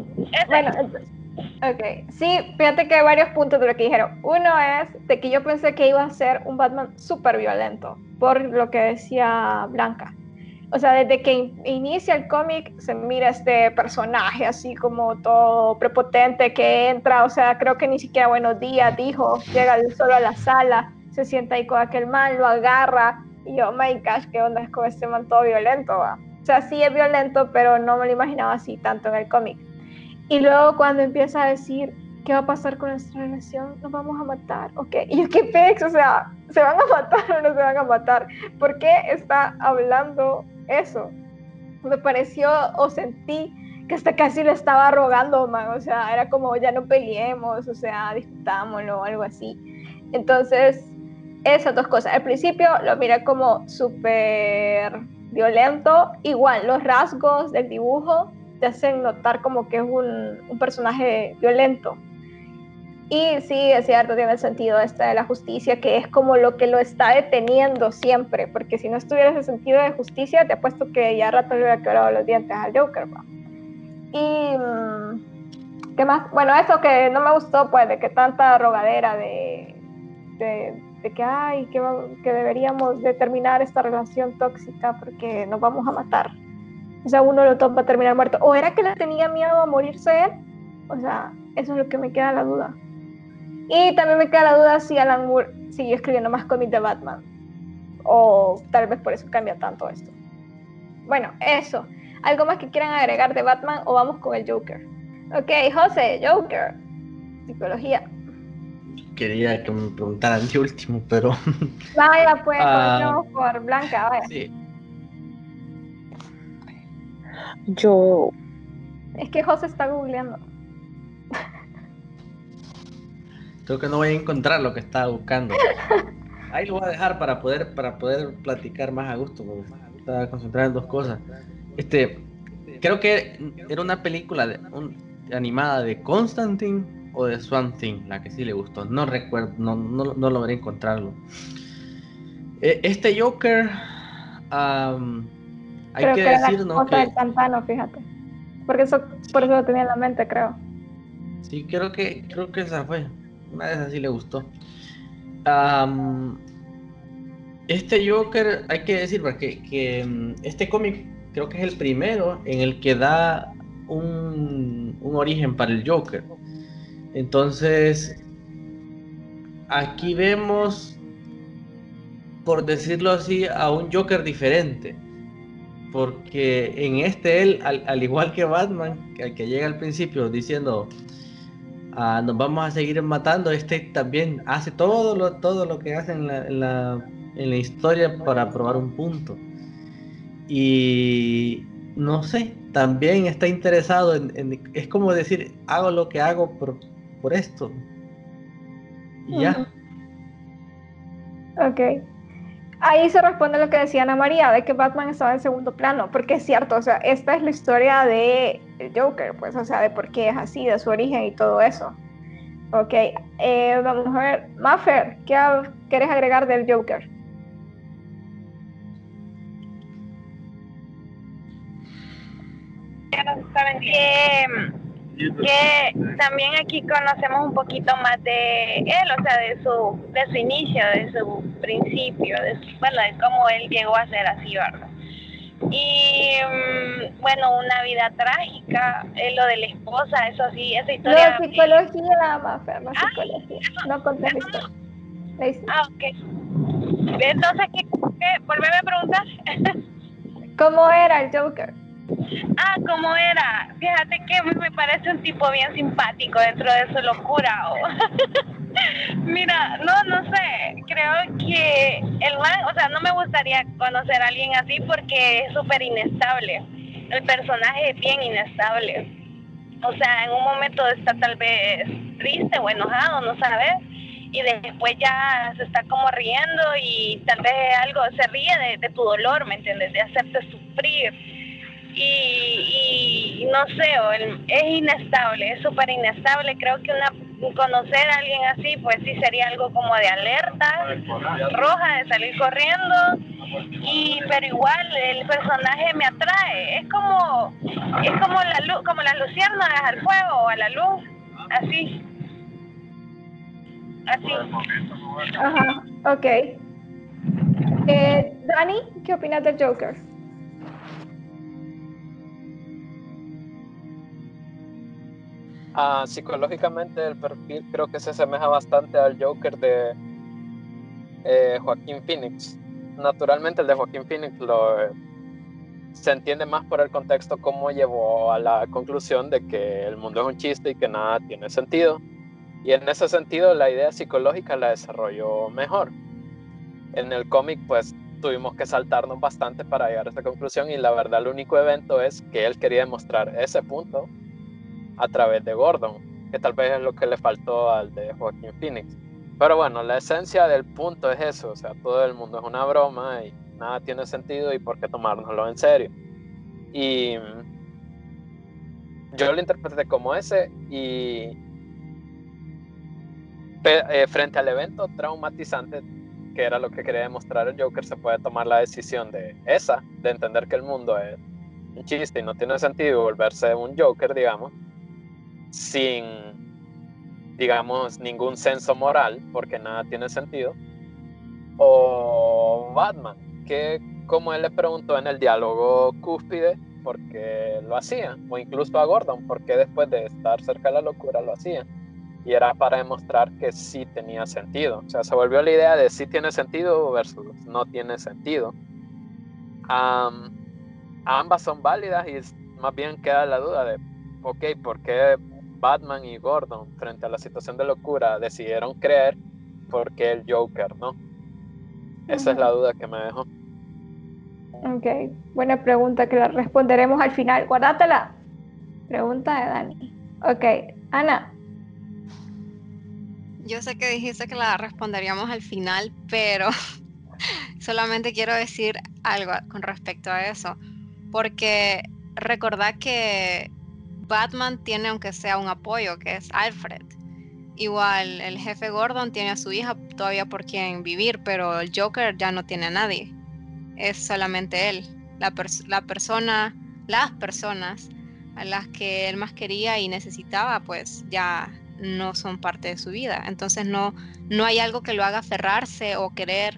ok. Sí, fíjate que hay varios puntos de lo que dijeron. Uno es de que yo pensé que iba a ser un Batman súper violento, por lo que decía Blanca. O sea, desde que inicia el cómic se mira este personaje así como todo prepotente que entra, o sea, creo que ni siquiera buenos días dijo, llega solo a la sala, se sienta ahí con aquel man, lo agarra, y yo, my gosh, ¿qué onda es con este man todo violento? ¿Va? O sea, sí es violento, pero no me lo imaginaba así tanto en el cómic. Y luego cuando empieza a decir, ¿qué va a pasar con nuestra relación? Nos vamos a matar, ¿ok? Y yo, ¿qué pex? O sea, ¿se van a matar o no se van a matar? ¿Por qué está hablando eso? Me pareció o sentí que hasta casi le estaba rogando, man. O sea, era como, ya no peleemos, o sea, discutámoslo o algo así. Entonces, esas dos cosas. Al principio lo miré como súper violento. Igual, los rasgos del dibujo te hacen notar como que es un personaje violento. Y sí, es cierto, tiene el sentido este de la justicia, que es como lo que lo está deteniendo siempre, porque si no estuviera ese sentido de justicia, te apuesto que ya rato le hubiera quebrado los dientes al Joker, ¿va? Y ¿qué más? Bueno, eso que no me gustó, pues, de que tanta rogadera de que ay, que deberíamos de terminar esta relación tóxica porque nos vamos a matar. O sea, uno de los dos va a terminar muerto. ¿O era que le tenía miedo a morirse él? O sea, eso es lo que me queda la duda. Y también me queda la duda si Alan Moore siguió escribiendo más cómics de Batman. O tal vez por eso cambia tanto esto. Bueno, eso. ¿Algo más que quieran agregar de Batman o vamos con el Joker? Ok, José, Joker. Psicología. Quería que me preguntaran de último, pero... Vaya, pues, comencemos por Blanca, vaya. Sí. Yo... Es que José está googleando. Creo que no voy a encontrar lo que estaba buscando. Ahí lo voy a dejar para poder platicar más a gusto, porque estaba concentrado en dos cosas. Creo que era una película animada de Constantine o de Swamp Thing, la que sí le gustó. No recuerdo, no logré encontrarlo. Este Joker, hay creo que era decir, la ¿no? cosa del pantano, fíjate. Por eso lo tenía en la mente, creo. Sí, creo que esa fue. Una de esas sí le gustó. Este Joker, hay que decir, que este cómic creo que es el primero en el que da un origen para el Joker. Entonces, aquí vemos, por decirlo así, a un Joker diferente. Porque en él, al igual que Batman, que llega al principio diciendo... nos vamos a seguir matando, también hace todo lo que hace en la historia para probar un punto. Y no sé, también está interesado es como decir, hago lo que hago por esto. Y ya. Ok. Ahí se responde lo que decía Ana María, de que Batman estaba en segundo plano, porque es cierto, o sea, esta es la historia de el Joker, pues, o sea, de por qué es así, de su origen y todo eso. Ok, vamos a ver. Maffer, ¿qué querés agregar del Joker? Saben que también aquí conocemos un poquito más de él, o sea, de su inicio, de su principio, bueno, de cómo él llegó a ser así, ¿verdad? Y bueno, una vida trágica, lo de la esposa, eso sí, esa historia. La psicología, Maffer, la psicología. No contes la historia. Ok. Entonces, ¿qué? Volveme a preguntar. ¿Cómo era el Joker? ¿Cómo era? Fíjate que me parece un tipo bien simpático dentro de su locura. Mira, no sé, creo que el man, o sea, no me gustaría conocer a alguien así porque es súper inestable. El personaje es bien inestable. O sea, en un momento está tal vez triste o enojado, no sabes, y después ya se está como riendo y tal vez algo se ríe de tu dolor, ¿me entiendes? De hacerte sufrir. Y no sé, es inestable, es súper inestable. Creo que conocer a alguien así, pues sí sería algo como de alerta roja, de salir corriendo. Pero igual el personaje me atrae. Es como la luz, como las luciérnagas al fuego o a la luz, así. Ajá, ok. Dani, ¿qué opinas del Joker? Psicológicamente el perfil creo que se asemeja bastante al Joker de Joaquín Phoenix. Naturalmente el de Joaquín Phoenix se entiende más por el contexto cómo llevó a la conclusión de que el mundo es un chiste y que nada tiene sentido. Y en ese sentido la idea psicológica la desarrolló mejor. En el cómic pues tuvimos que saltarnos bastante para llegar a esa conclusión y la verdad el único evento es que él quería demostrar ese punto a través de Gordon, que tal vez es lo que le faltó al de Joaquín Phoenix. Pero bueno, la esencia del punto es eso, o sea, todo el mundo es una broma y nada tiene sentido y por qué tomárnoslo en serio. Y yo lo interpreté como ese y frente al evento traumatizante que era lo que quería demostrar el Joker, se puede tomar la decisión de entender que el mundo es un chiste y no tiene sentido y volverse un Joker, digamos, sin, digamos, ningún senso moral, porque nada tiene sentido. O Batman, que como él le preguntó en el diálogo cúspide, por qué lo hacía, o incluso a Gordon, porque después de estar cerca de la locura lo hacía. Y era para demostrar que sí tenía sentido. O sea, se volvió la idea de sí tiene sentido versus no tiene sentido. Ambas son válidas y más bien queda la duda de, ok, ¿por qué Batman y Gordon frente a la situación de locura decidieron creer por qué el Joker, ¿no? Esa es la duda que me dejó. Ok, buena pregunta que la responderemos al final. Guárdatela. Pregunta de Dani. Ok, Ana. Yo sé que dijiste que la responderíamos al final, pero solamente quiero decir algo con respecto a eso. Porque recordad que Batman tiene aunque sea un apoyo, que es Alfred. Igual el jefe Gordon tiene a su hija todavía por quien vivir, pero el Joker ya no tiene a nadie. Es solamente él, las personas a las que él más quería y necesitaba, pues ya no son parte de su vida. Entonces no hay algo que lo haga aferrarse o querer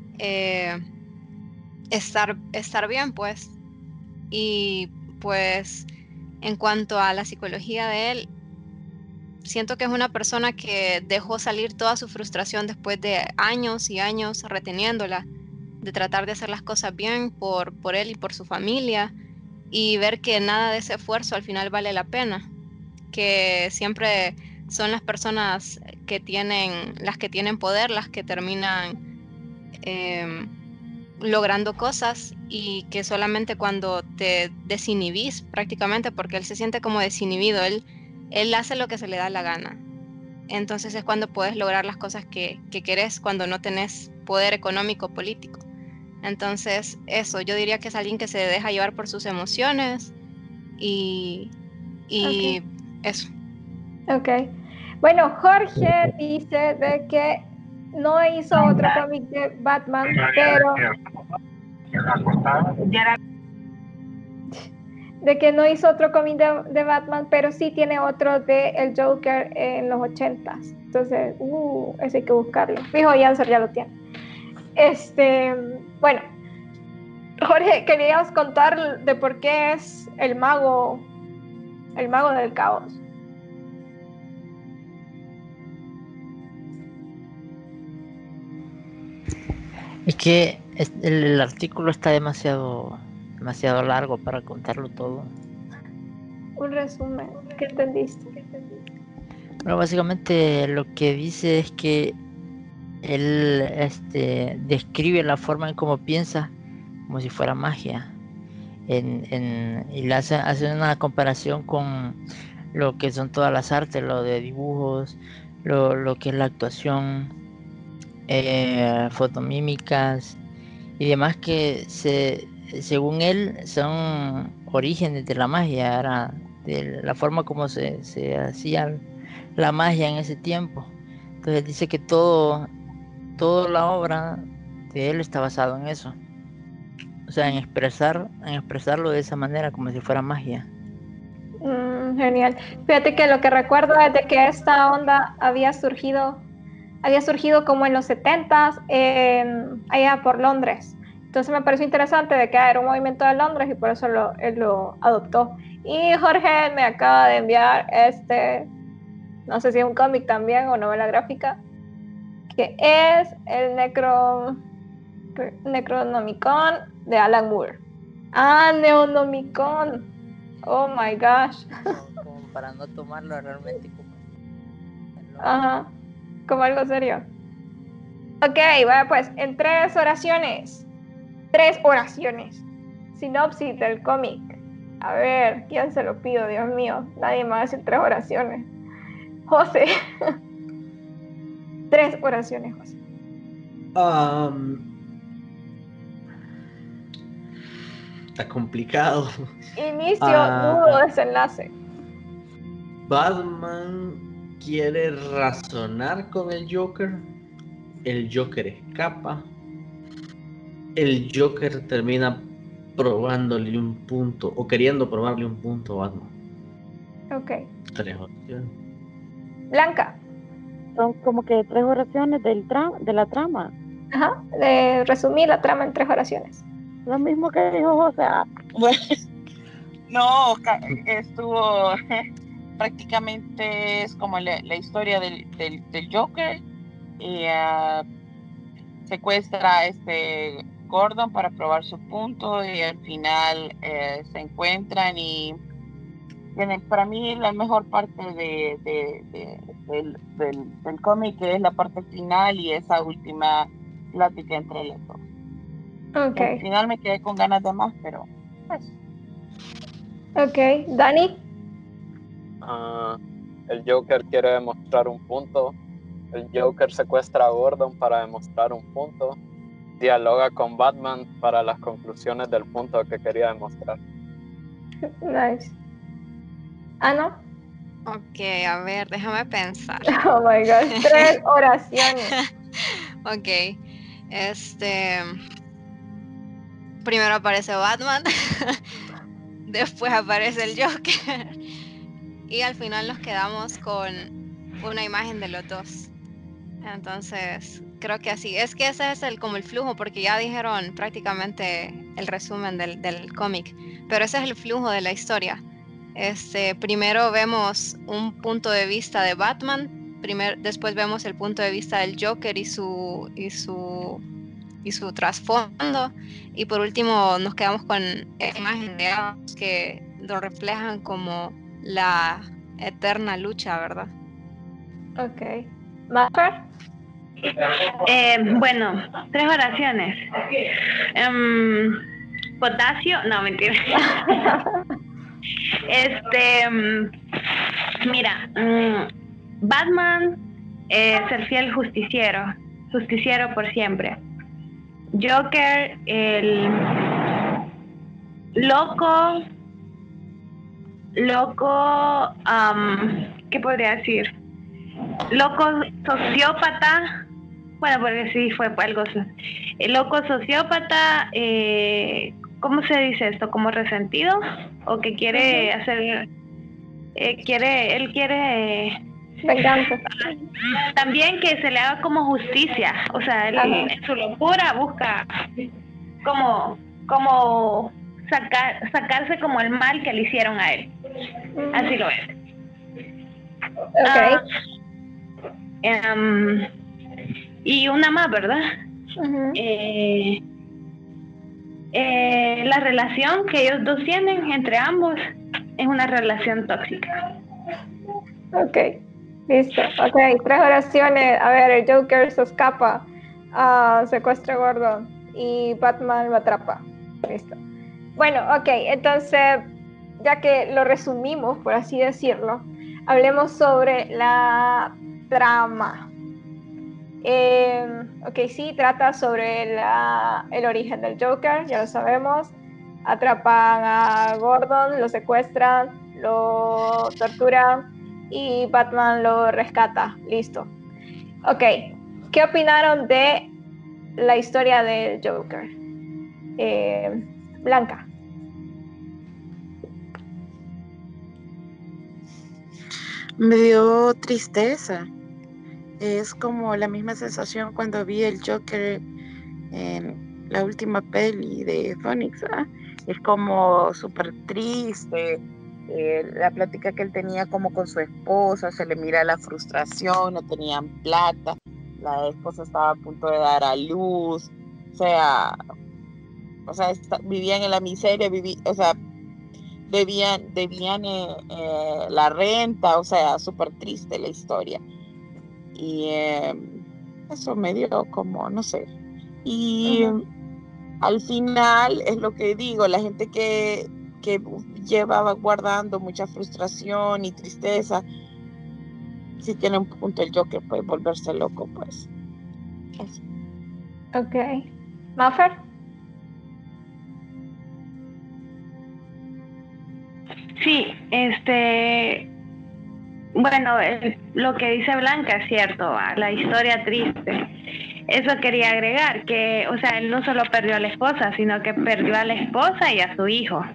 estar bien, pues. Y pues en cuanto a la psicología de él, siento que es una persona que dejó salir toda su frustración después de años y años reteniéndola, de tratar de hacer las cosas bien por él y por su familia, y ver que nada de ese esfuerzo al final vale la pena, que siempre son las personas las que tienen poder, las que terminan logrando cosas, y que solamente cuando te desinhibís prácticamente, porque él se siente como desinhibido, él hace lo que se le da la gana. Entonces es cuando puedes lograr las cosas que querés, cuando no tenés poder económico o político. Entonces eso, yo diría que es alguien que se deja llevar por sus emociones y Okay. eso. Ok. Bueno, Jorge dice de que no hizo otro cómic de Batman, pero de que no hizo otro cómic de Batman, pero sí tiene otro de el Joker en los 80s. Entonces, ese hay que buscarlo. Fijo, Janser ya lo tiene. Bueno, Jorge, querías contar de por qué es el mago del caos. Es que el artículo está demasiado largo para contarlo todo. Un resumen, ¿qué entendiste? Bueno, básicamente lo que dice es que él describe la forma en cómo piensa como si fuera magia. Y le hace una comparación con lo que son todas las artes, lo de dibujos, lo que es la actuación, fotomímicas y demás, que según él son orígenes de la magia, era de la forma como se hacía la magia en ese tiempo. Entonces dice que toda la obra de él está basado en eso, o sea, en expresarlo de esa manera como si fuera magia. Genial. Fíjate que lo que recuerdo es de que esta onda había surgido como en los 70s allá por Londres. Entonces me pareció interesante de que era un movimiento de Londres y por eso él lo adoptó. Y Jorge me acaba de enviar no sé si es un cómic también o novela gráfica, que es el Necronomicon de Alan Moore. Neonomicon. Oh my gosh. Como para no tomarlo realmente Ajá, como algo serio. Ok, bueno, pues en 3 oraciones. Sinopsis del cómic. A ver, ¿quién se lo pido? Dios mío, nadie me va a decir 3 oraciones. José. 3 oraciones, José. Está complicado. Inicio, nudo, desenlace. Batman quiere razonar con el Joker escapa, el Joker termina probándole un punto o queriendo probarle un punto a Batman. Ok. 3 opciones. Blanca. Son como que 3 oraciones de la trama. Ajá, resumí la trama en 3 oraciones. Lo mismo que dijo José. Bueno, no, estuvo prácticamente es como la historia del Joker y secuestra a Gordon para probar su punto y al final se encuentran y para mí la mejor parte del cómic es la parte final y esa última plática entre los dos. Okay. Al final me quedé con ganas de más, pero pues. Ok, Dani. El Joker quiere demostrar un punto. El Joker secuestra a Gordon para demostrar un punto. Dialoga con Batman para las conclusiones del punto que quería demostrar. Nice. ¿No? Ok, a ver, déjame pensar. Oh my God, 3 oraciones. Ok, primero aparece Batman, después aparece el Joker y al final nos quedamos con una imagen de los dos. Entonces, creo que así. Es que ese es como el flujo, porque ya dijeron prácticamente el resumen del cómic, pero ese es el flujo de la historia. Primero vemos un punto de vista de Batman, después vemos el punto de vista del Joker y su trasfondo, y por último nos quedamos con esa imagen de ambos que lo reflejan como la eterna lucha, ¿verdad? Ok. ¿Maffer? Bueno, 3 oraciones. Potasio, no, mentira. Mira, Batman, ser fiel justiciero por siempre. Joker, el loco, ¿qué podría decir? loco sociópata, bueno, porque sí fue algo, el loco sociópata, ¿cómo se dice esto? ¿Como resentido? ¿O que quiere hacer, él quiere Venganza. también que se le haga como justicia? O sea, él en su locura busca como sacarse como el mal que le hicieron a él. Así lo es. Ok. Y una más, ¿verdad? La relación que ellos dos tienen entre ambos es una relación tóxica. Ok, listo. Ok, 3 oraciones. A ver, el Joker se escapa, secuestra a Gordon y Batman lo atrapa. Listo. Bueno, ok, entonces, ya que lo resumimos, por así decirlo, hablemos sobre la trama. Ok, sí, trata sobre el origen del Joker, ya lo sabemos. Atrapan a Gordon, lo secuestran, lo torturan y Batman lo rescata. Listo. Ok, ¿qué opinaron de la historia del Joker? Blanca. Me dio tristeza. Es como la misma sensación cuando vi el Joker en la última peli de Phoenix, ¿verdad? Es como súper triste. La plática que él tenía como con su esposa, se le mira la frustración, no tenían plata, la esposa estaba a punto de dar a luz, o sea, vivían en la miseria, debían la renta, o sea, súper triste la historia. Y eso me dio como, no sé. Y al final es lo que digo, la gente que llevaba guardando mucha frustración y tristeza, si tiene un punto el Joker puede volverse loco, pues. Eso. Ok. ¿Maffer? Sí, bueno, lo que dice Blanca es cierto, la historia triste. Eso quería agregar, que, o sea, él no solo perdió a la esposa, sino que perdió a la esposa y a su hijo.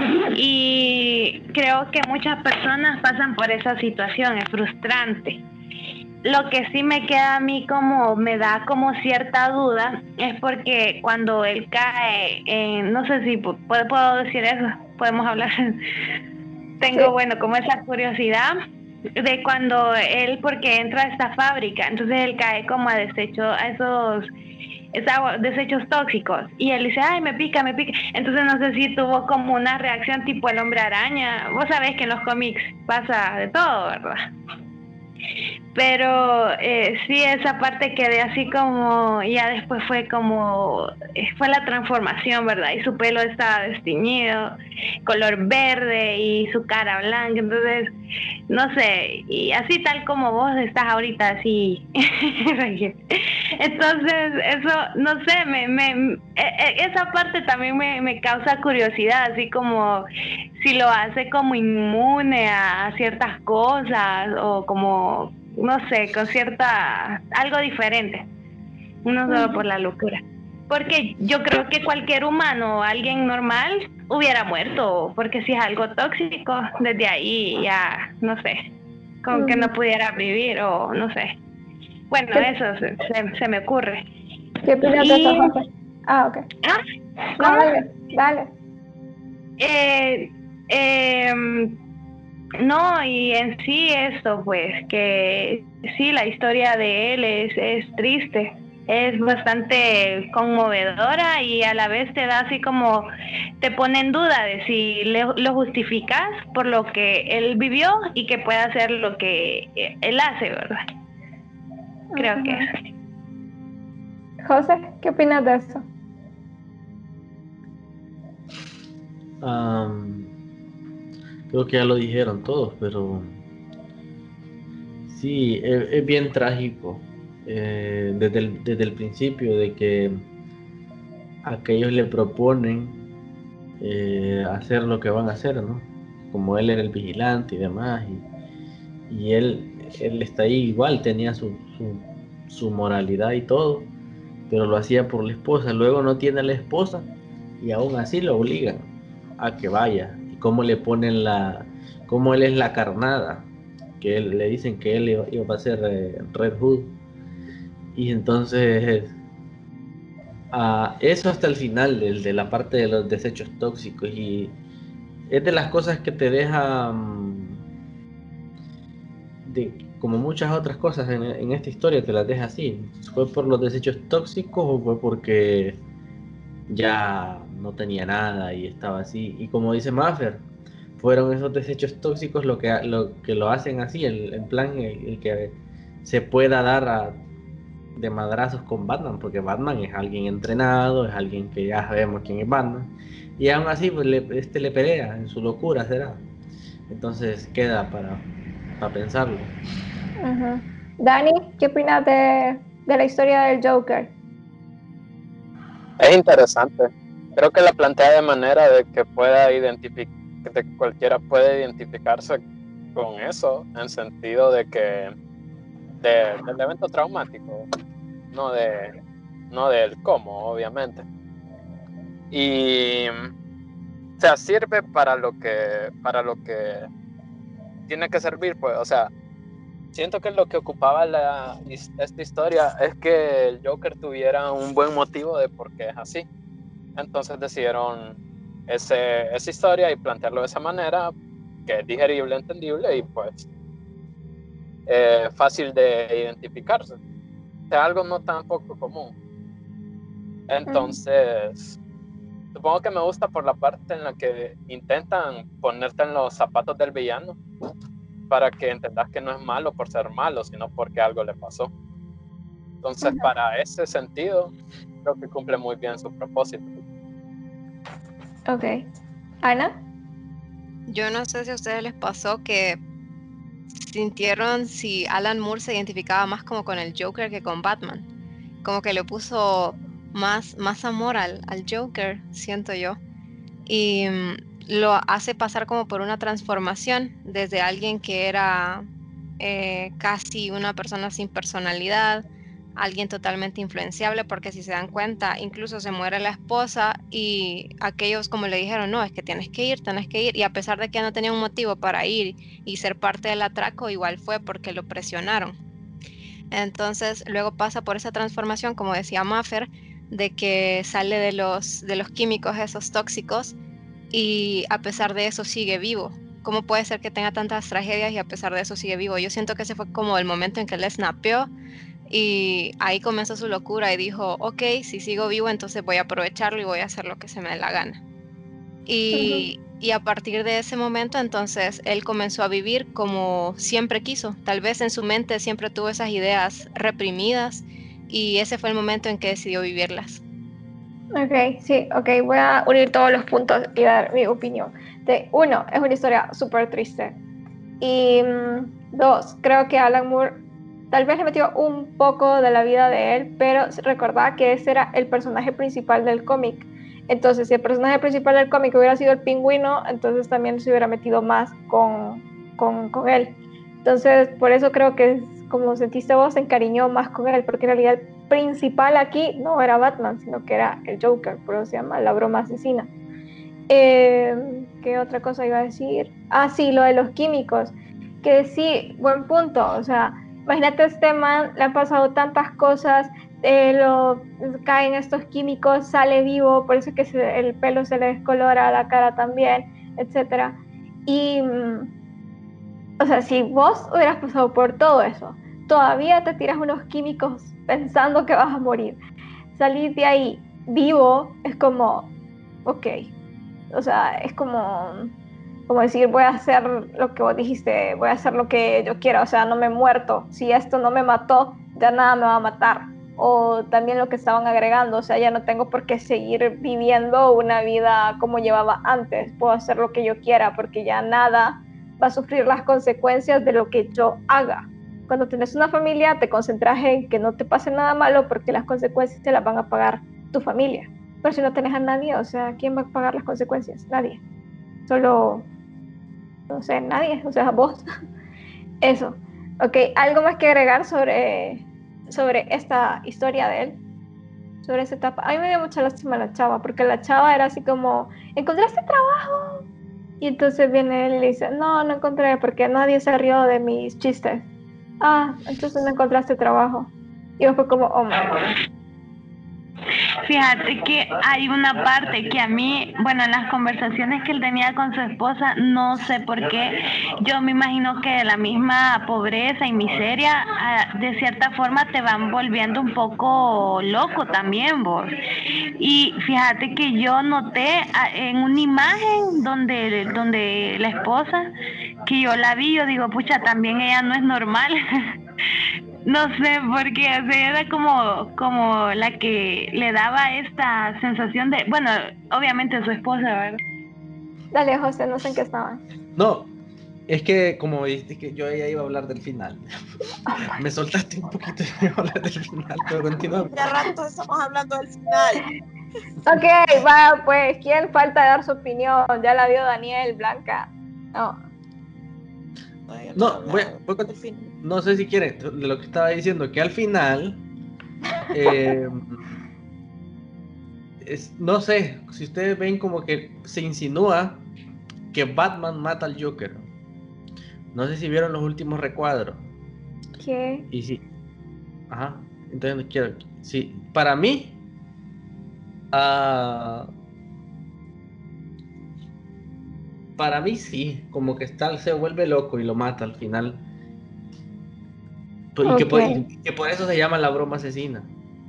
Y creo que muchas personas pasan por esa situación, es frustrante. Lo que sí me queda a mí me da como cierta duda, es porque cuando él cae, no sé si puedo decir eso, podemos hablar. Tengo, bueno, como esa curiosidad de cuando él, porque entra a esta fábrica, entonces él cae como a esos desechos tóxicos y él dice, ay, me pica, entonces no sé si tuvo como una reacción tipo el hombre araña. Vos sabés que en los cómics pasa de todo, ¿verdad? Pero sí, esa parte quedé así como, ya después fue la transformación, ¿verdad? Y su pelo estaba desteñido, color verde y su cara blanca, entonces, no sé, y así tal como vos estás ahorita, así. Entonces, eso, no sé, esa parte también me causa curiosidad, así como si lo hace como inmune a ciertas cosas o como, no sé, con algo diferente, no solo por la locura. Porque yo creo que cualquier humano, alguien normal, hubiera muerto, porque si es algo tóxico, desde ahí ya, no sé, con que no pudiera vivir o no sé. Bueno, eso se me ocurre. ¿Qué opinas de eso, José? Ok. ¿Cómo? No, dale. No, y en sí esto, pues, que sí, la historia de él es triste, es bastante conmovedora y a la vez te da así como, te pone en duda de si lo justificas por lo que él vivió y que pueda hacer lo que él hace, ¿verdad? Creo que es así. José, ¿qué opinas de eso? Creo que ya lo dijeron todos, pero sí, es bien trágico desde el principio de que aquellos le proponen hacer lo que van a hacer, ¿no? Como él era el vigilante y demás, y él él está ahí igual, tenía su moralidad y todo, pero lo hacía por la esposa. Luego no tiene a la esposa y aún así lo obligan a que vaya. Y cómo le ponen cómo él es la carnada, que le dicen que él iba a ser Red Hood. Y entonces eso hasta el final de la parte de los desechos tóxicos, y es de las cosas que te deja como muchas otras cosas en esta historia te las deja así. ¿Fue por los desechos tóxicos o fue porque ya no tenía nada y estaba así? Y como dice Maffer, fueron esos desechos tóxicos lo que lo hacen así, en plan el que se pueda dar de madrazos con Batman, porque Batman es alguien entrenado, es alguien que ya sabemos quién es Batman, y aún así pues, le pelea en su locura, será. Entonces queda para pensarlo. Ujú. Dani, ¿qué opinas de la historia del Joker? Es interesante. Creo que la plantea de manera de que de que cualquiera puede identificarse con eso, en sentido de que del evento traumático, no del cómo, obviamente. Y o sea, sirve para lo que tiene que servir, pues, o sea, siento que lo que ocupaba esta historia es que el Joker tuviera un buen motivo de por qué es así. Entonces decidieron esa historia y plantearlo de esa manera, que es digerible, entendible y pues fácil de identificarse. O sea, algo no tan poco común. Entonces, supongo que me gusta por la parte en la que intentan ponerte en los zapatos del villano para que entendas que no es malo por ser malo, sino porque algo le pasó. Entonces, para ese sentido, creo que cumple muy bien su propósito. Ok. Ana. Yo no sé si a ustedes les pasó que sintieron si Alan Moore se identificaba más como con el Joker que con Batman. Como que le puso más amor al Joker, siento yo. Y lo hace pasar como por una transformación desde alguien que era casi una persona sin personalidad, alguien totalmente influenciable, porque si se dan cuenta, incluso se muere la esposa y aquellos como le dijeron, no, es que tienes que ir, y a pesar de que no tenía un motivo para ir y ser parte del atraco, igual fue porque lo presionaron. Entonces luego pasa por esa transformación, como decía Maffer, de que sale de los químicos esos tóxicos y a pesar de eso sigue vivo. ¿Cómo puede ser que tenga tantas tragedias y a pesar de eso sigue vivo? Yo siento que ese fue como el momento en que él snapeó y ahí comenzó su locura y dijo, ok, si sigo vivo entonces voy a aprovecharlo y voy a hacer lo que se me dé la gana. Y a partir de ese momento entonces él comenzó a vivir como siempre quiso. Tal vez en su mente siempre tuvo esas ideas reprimidas y ese fue el momento en que decidió vivirlas. Ok, sí, ok, voy a unir todos los puntos y dar mi opinión. Uno, es una historia súper triste. Y dos, creo que Alan Moore tal vez le metió un poco de la vida de él, pero recordad que ese era el personaje principal del cómic. Entonces, si el personaje principal del cómic hubiera sido el Pingüino, entonces también se hubiera metido más con él. Entonces, por eso creo que, como sentiste vos, se encariñó más con él, porque en realidad el principal aquí no era Batman, sino que era el Joker, por eso se llama La Broma Asesina. ¿Qué otra cosa iba a decir? Ah, sí, lo de los químicos, que sí, buen punto, o sea, imagínate, este man le han pasado tantas cosas, caen estos químicos, sale vivo, por eso que el pelo se le descolora, la cara también, etcétera. Y o sea, si vos hubieras pasado por todo eso, todavía te tiras unos químicos pensando que vas a morir, salir de ahí vivo es como, ok, o sea, es como decir, voy a hacer lo que vos dijiste, voy a hacer lo que yo quiera, o sea, no me he muerto, si esto no me mató, ya nada me va a matar. O también lo que estaban agregando, o sea, ya no tengo por qué seguir viviendo una vida como llevaba antes, puedo hacer lo que yo quiera porque ya nada va a sufrir las consecuencias de lo que yo haga. Cuando tienes una familia, te concentras en que no te pase nada malo porque las consecuencias te las van a pagar tu familia. Pero si no tenés a nadie, o sea, ¿quién va a pagar las consecuencias? Nadie. Solo, no sé, nadie, o sea, vos. Eso. Ok, ¿algo más que agregar sobre esta historia de él? Sobre esa etapa. A mí me dio mucha lástima la chava, porque la chava era así como, ¿encontraste trabajo? Y entonces viene él y le dice, no encontré porque nadie se rió de mis chistes. Ah, entonces no encontraste trabajo. Y yo fue como, oh my God. Fíjate que hay una parte que a mí, bueno, en las conversaciones que él tenía con su esposa, no sé por qué, yo me imagino que la misma pobreza y miseria, de cierta forma te van volviendo un poco loco también vos. Y fíjate que yo noté en una imagen donde la esposa, que yo la vi, yo digo, pucha, también ella no es normal. No sé por qué, o sea, era como la que le daba esta sensación de, bueno, obviamente su esposa, ¿verdad? Dale, José, no sé en qué estaban. No, es que como viste que yo ya iba a hablar del final. Me soltaste un poquito y iba a hablar del final, pero continuamos. Ya rato estamos hablando del final. Ok, va, pues, ¿quién falta dar su opinión? Ya la vio Daniel, Blanca. No. No sé si quieren, de lo que estaba diciendo, que al final, no sé, si ustedes ven como que se insinúa que Batman mata al Joker. No sé si vieron los últimos recuadros. ¿Qué? Y sí. Ajá. Entonces no quiero. Sí. Para mí. Para mí sí. Como que se vuelve loco y lo mata al final. Y que por eso se llama la broma asesina.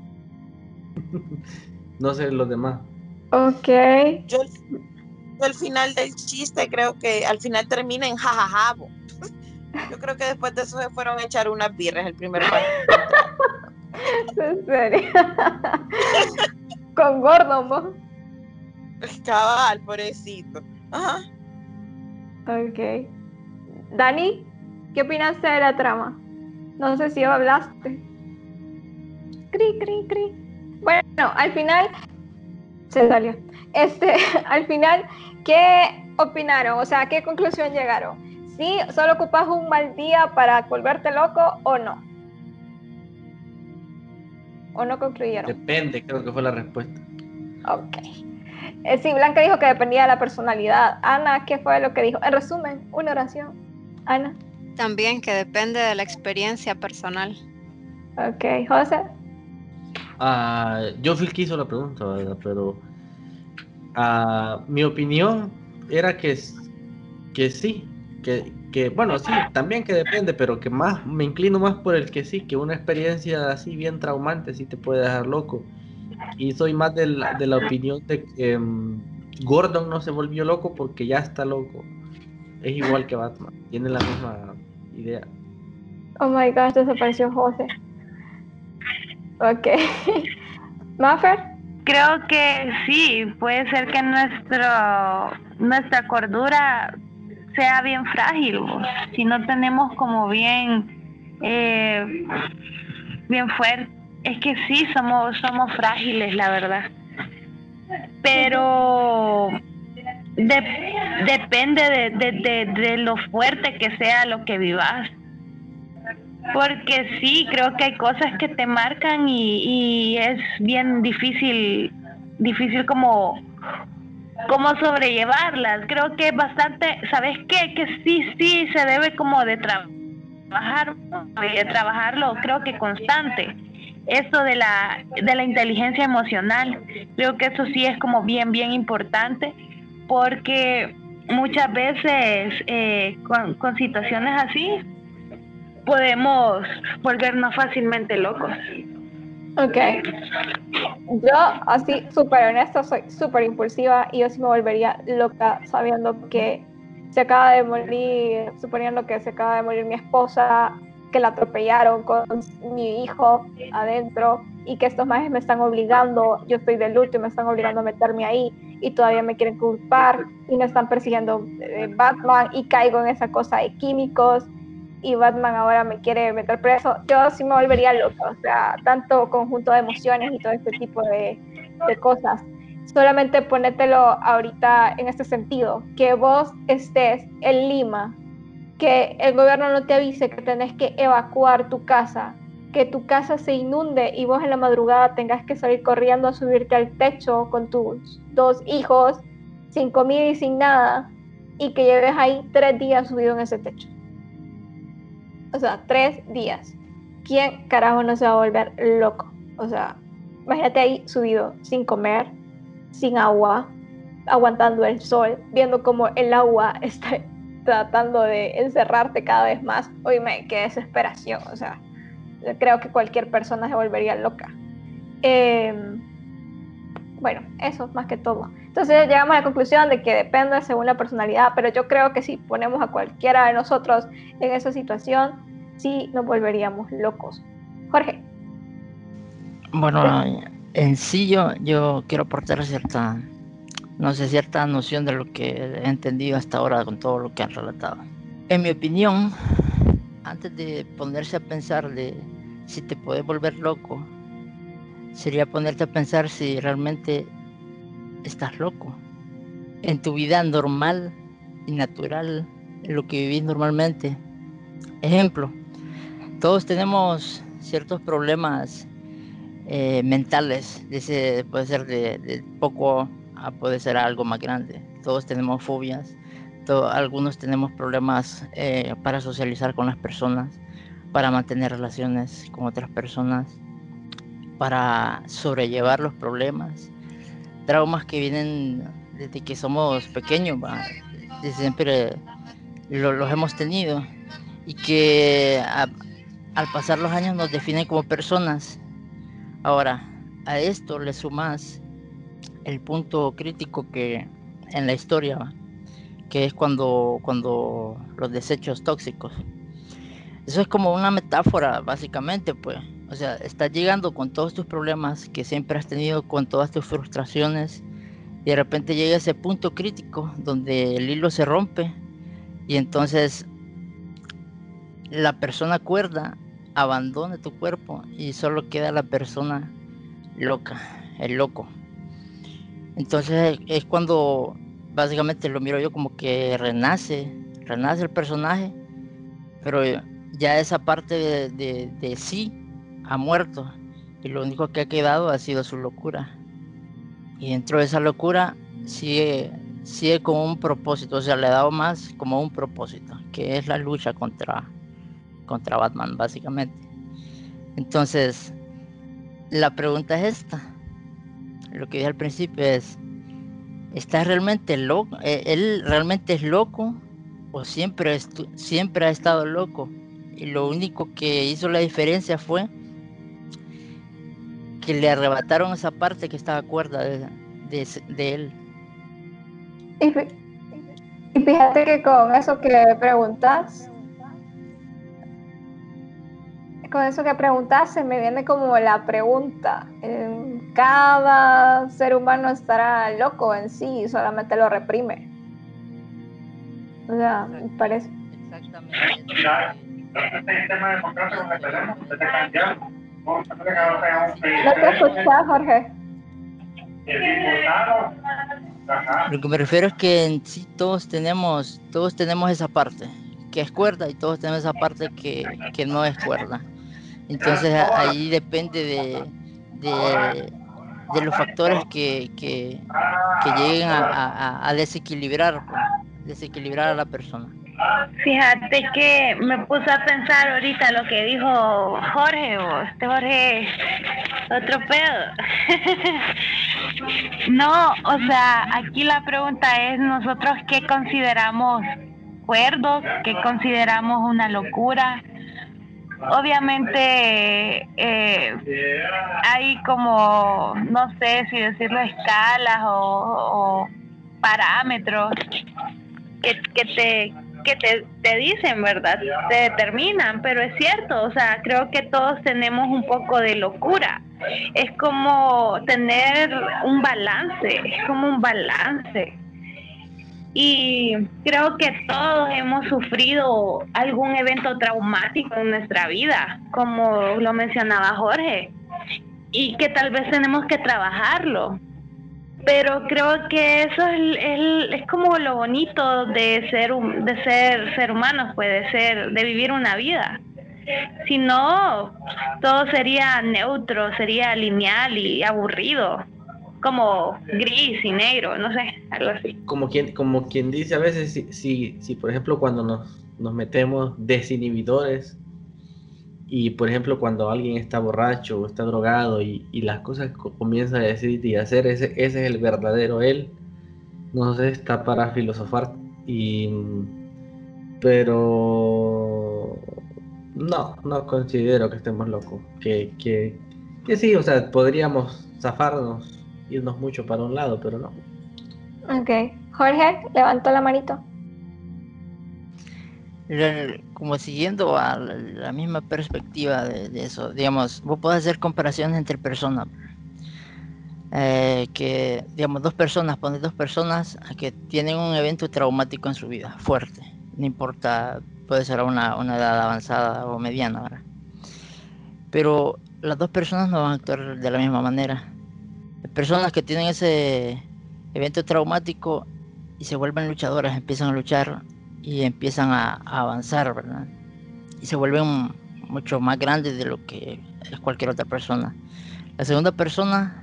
No sé los demás. Ok. Yo el final del chiste creo que al final termina en jajaja. Yo creo que después de eso se fueron a echar unas birras el primer banco. En serio. Con Gordon, vos. Cabal, pobrecito. Ajá. Ok. Dani, ¿qué opinaste de la trama? No sé si hablaste. Cri, cri, cri. Bueno, al final se salió. Al final, ¿qué opinaron? O sea, ¿qué conclusión llegaron? ¿Sí solo ocupas un mal día para volverte loco o no? ¿O no concluyeron? Depende, creo que fue la respuesta. Ok. Sí, Blanca dijo que dependía de la personalidad. Ana, ¿qué fue lo que dijo? En resumen, una oración. Ana. También que depende de la experiencia personal. Ok, José. Yo fui el que hizo la pregunta, ¿verdad? Pero mi opinión era que sí, que bueno, sí, también que depende, pero que más me inclino más por el que sí, que una experiencia así bien traumante sí te puede dejar loco. Y soy más de la opinión de que Gordon no se volvió loco porque ya está loco. Es igual que Batman, tiene la misma idea. Oh my gosh, desapareció José. Ok. ¿Maffer? Creo que sí, puede ser que nuestra cordura sea bien frágil, si no tenemos como bien fuerte. Es que sí, somos frágiles, la verdad. Pero depende de lo fuerte que sea lo que vivas. Porque sí, creo que hay cosas que te marcan y es bien difícil como sobrellevarlas. Creo que es bastante, ¿sabes qué? Que sí se debe como de trabajarlo, creo que constante. Esto de la inteligencia emocional, creo que eso sí es como bien importante, porque muchas veces con situaciones así podemos volvernos fácilmente locos. Ok. Yo, así, súper honesta, soy súper impulsiva y yo sí me volvería loca sabiendo que se acaba de morir, suponiendo que se acaba de morir mi esposa, que la atropellaron con mi hijo adentro y que estos majes me están obligando, yo estoy de luto y me están obligando a meterme ahí y todavía me quieren culpar y me están persiguiendo Batman y caigo en esa cosa de químicos y Batman ahora me quiere meter preso, yo sí me volvería loca, o sea, tanto conjunto de emociones y todo este tipo de cosas. Solamente ponételo ahorita en este sentido, que vos estés en Lima, que el gobierno no te avise que tenés que evacuar tu casa, que tu casa se inunde y vos en la madrugada tengas que salir corriendo a subirte al techo con tus 2 hijos, sin comida y sin nada, y que lleves ahí 3 días subido en ese techo. O sea, 3 días. ¿Quién carajo no se va a volver loco? O sea, imagínate ahí subido, sin comer, sin agua, aguantando el sol, viendo cómo el agua está tratando de encerrarte cada vez más. Oíme, qué desesperación. O sea, creo que cualquier persona se volvería loca. Bueno, eso más que todo. Entonces llegamos a la conclusión de que depende según la personalidad, pero yo creo que si ponemos a cualquiera de nosotros en esa situación, sí nos volveríamos locos. Jorge. Bueno, en sí yo quiero aportar cierta noción de lo que he entendido hasta ahora con todo lo que han relatado. En mi opinión, antes de ponerse a pensar de si te puedes volver loco, sería ponerte a pensar si realmente estás loco. En tu vida normal y natural, en lo que vivís normalmente. Ejemplo, todos tenemos ciertos problemas mentales, puede ser de poco a puede ser algo más grande. Todos tenemos fobias, algunos tenemos problemas para socializar con las personas, para mantener relaciones con otras personas, para sobrellevar los problemas, traumas que vienen desde que somos pequeños, desde siempre los hemos tenido y que al pasar los años nos definen como personas. Ahora, a esto le sumas el punto crítico que en la historia, que es cuando los desechos tóxicos. Eso es como una metáfora, básicamente, pues. O sea, estás llegando con todos tus problemas que siempre has tenido, con todas tus frustraciones, y de repente llega ese punto crítico donde el hilo se rompe, y entonces la persona cuerda abandona tu cuerpo y solo queda la persona loca, el loco. Entonces es cuando básicamente lo miro yo como que renace el personaje, pero ya esa parte de sí ha muerto y lo único que ha quedado ha sido su locura, y dentro de esa locura sigue como un propósito, o sea, le ha dado más como un propósito, que es la lucha contra Batman, básicamente. Entonces la pregunta es esta, lo que dije al principio es: ¿está realmente loco? ¿Él realmente es loco o siempre ha estado loco? Y lo único que hizo la diferencia fue que le arrebataron esa parte que estaba cuerda de él. Y fíjate que con eso que preguntas, se me viene como la pregunta: ¿cada ser humano estará loco en sí, solamente lo reprime? O sea, me parece. Exactamente. Este sistema de democracia donde tenemos, no te escuchas, Jorge. Lo que me refiero es que en sí todos tenemos esa parte que es cuerda y todos tenemos esa parte que no es cuerda. Entonces ahí depende de los factores que lleguen a desequilibrar a la persona. Fíjate que me puse a pensar ahorita lo que dijo Jorge, Jorge, otro pedo. No, o sea, aquí la pregunta es: nosotros qué consideramos cuerdos, qué consideramos una locura. Obviamente hay como, no sé si decirlo, escalas o parámetros que te dicen, ¿verdad? Te determinan, pero es cierto, o sea, creo que todos tenemos un poco de locura. Es como tener un balance, es como un balance. Y creo que todos hemos sufrido algún evento traumático en nuestra vida, como lo mencionaba Jorge, y que tal vez tenemos que trabajarlo. pero creo que eso es como lo bonito de ser ser humanos, puede ser, de vivir una vida. Si no, todo sería neutro, sería lineal y aburrido, como gris y negro, no sé, algo así. Como quien dice a veces, si por ejemplo cuando nos metemos desinhibidores y por ejemplo cuando alguien está borracho o está drogado y las cosas comienza a decir y hacer, ese es el verdadero él. No sé, está para filosofar, pero no considero que estemos locos. Que sí, o sea, podríamos zafarnos, irnos mucho para un lado, pero no. Ok. Jorge, levantó la manito. Como siguiendo a la misma perspectiva de eso, digamos, vos podés hacer comparaciones entre personas. Que, digamos, pones dos personas que tienen un evento traumático en su vida, fuerte. No importa, puede ser a una edad avanzada o mediana, ¿verdad? Pero las dos personas no van a actuar de la misma manera. Personas que tienen ese evento traumático y se vuelven luchadoras, empiezan a luchar y empiezan a avanzar, ¿verdad? Y se vuelven mucho más grandes de lo que es cualquier otra persona. La segunda persona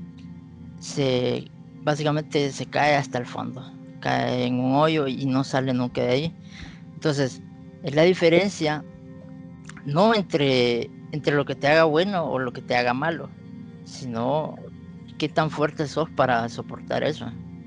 básicamente se cae hasta el fondo, cae en un hoyo y no sale nunca de ahí. Entonces, es la diferencia no entre lo que te haga bueno o lo que te haga malo, sino qué tan fuerte sos para soportar eso.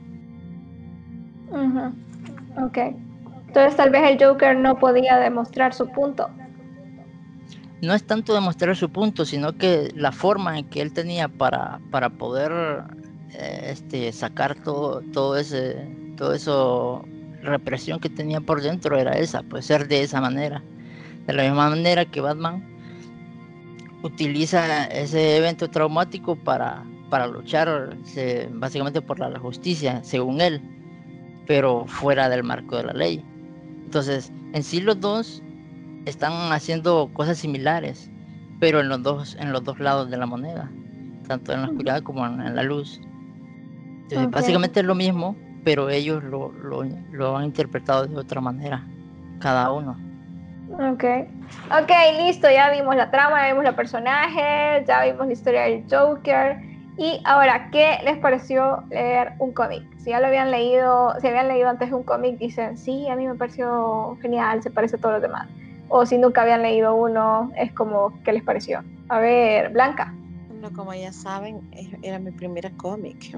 Ok. Entonces tal vez el Joker no podía demostrar su punto. No es tanto demostrar su punto, sino que la forma en que él tenía para poder sacar todo eso represión que tenía por dentro era esa, pues ser de esa manera. De la misma manera que Batman utiliza ese evento traumático para luchar básicamente por la justicia, según él, pero fuera del marco de la ley. Entonces, en sí los dos están haciendo cosas similares, pero en los dos lados de la moneda, tanto en la oscuridad como en la luz. Entonces, básicamente es lo mismo, pero ellos lo han interpretado de otra manera, cada uno. Ok, listo, ya vimos la trama, ya vimos los personajes, ya vimos la historia del Joker. Y ahora, ¿qué les pareció leer un cómic? Si ya lo habían leído, si habían leído antes un cómic, dicen, sí, a mí me pareció genial, se parece a todos los demás. O si nunca habían leído uno, es como, ¿qué les pareció? A ver, Blanca. Bueno, como ya saben, era mi primera cómic.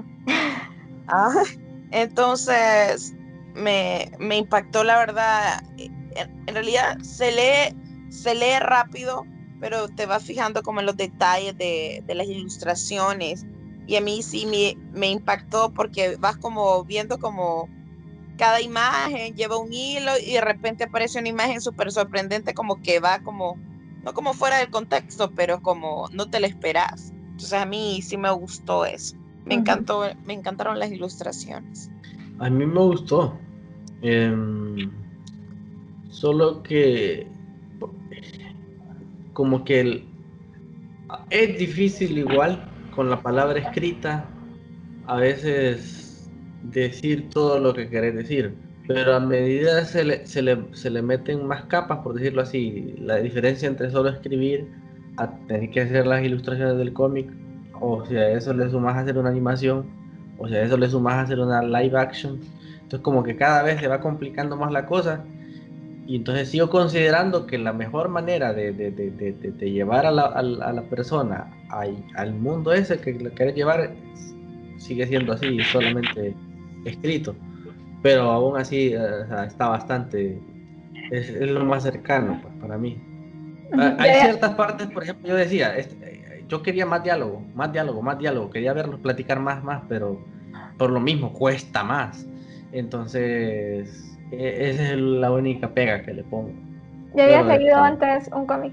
Entonces, me impactó, la verdad. En realidad, se lee rápido, pero te vas fijando como en los detalles de las ilustraciones. Y a mí sí me impactó porque vas como viendo como cada imagen lleva un hilo y de repente aparece una imagen súper sorprendente, como que va como, no como fuera del contexto, pero como no te lo esperas. Entonces a mí sí me gustó eso. Me encantaron las ilustraciones. A mí me gustó. Solo que como que es difícil igual con la palabra escrita a veces decir todo lo que querés decir, pero a medida se le meten más capas, por decirlo así, la diferencia entre solo escribir a tener que hacer las ilustraciones del cómic, o si a eso le sumas a hacer una animación, o si a eso le sumas a hacer una live action, entonces como que cada vez se va complicando más la cosa. Y entonces sigo considerando que la mejor manera de llevar a la persona al mundo ese que le querés llevar sigue siendo así, solamente escrito. Pero aún así está bastante, es lo más cercano pues, para mí. Hay ciertas partes, por ejemplo, yo decía, yo quería más diálogo, quería verlos platicar más, pero por lo mismo cuesta más. Entonces... esa es la única pega que le pongo. ¿Ya habías leído antes un cómic?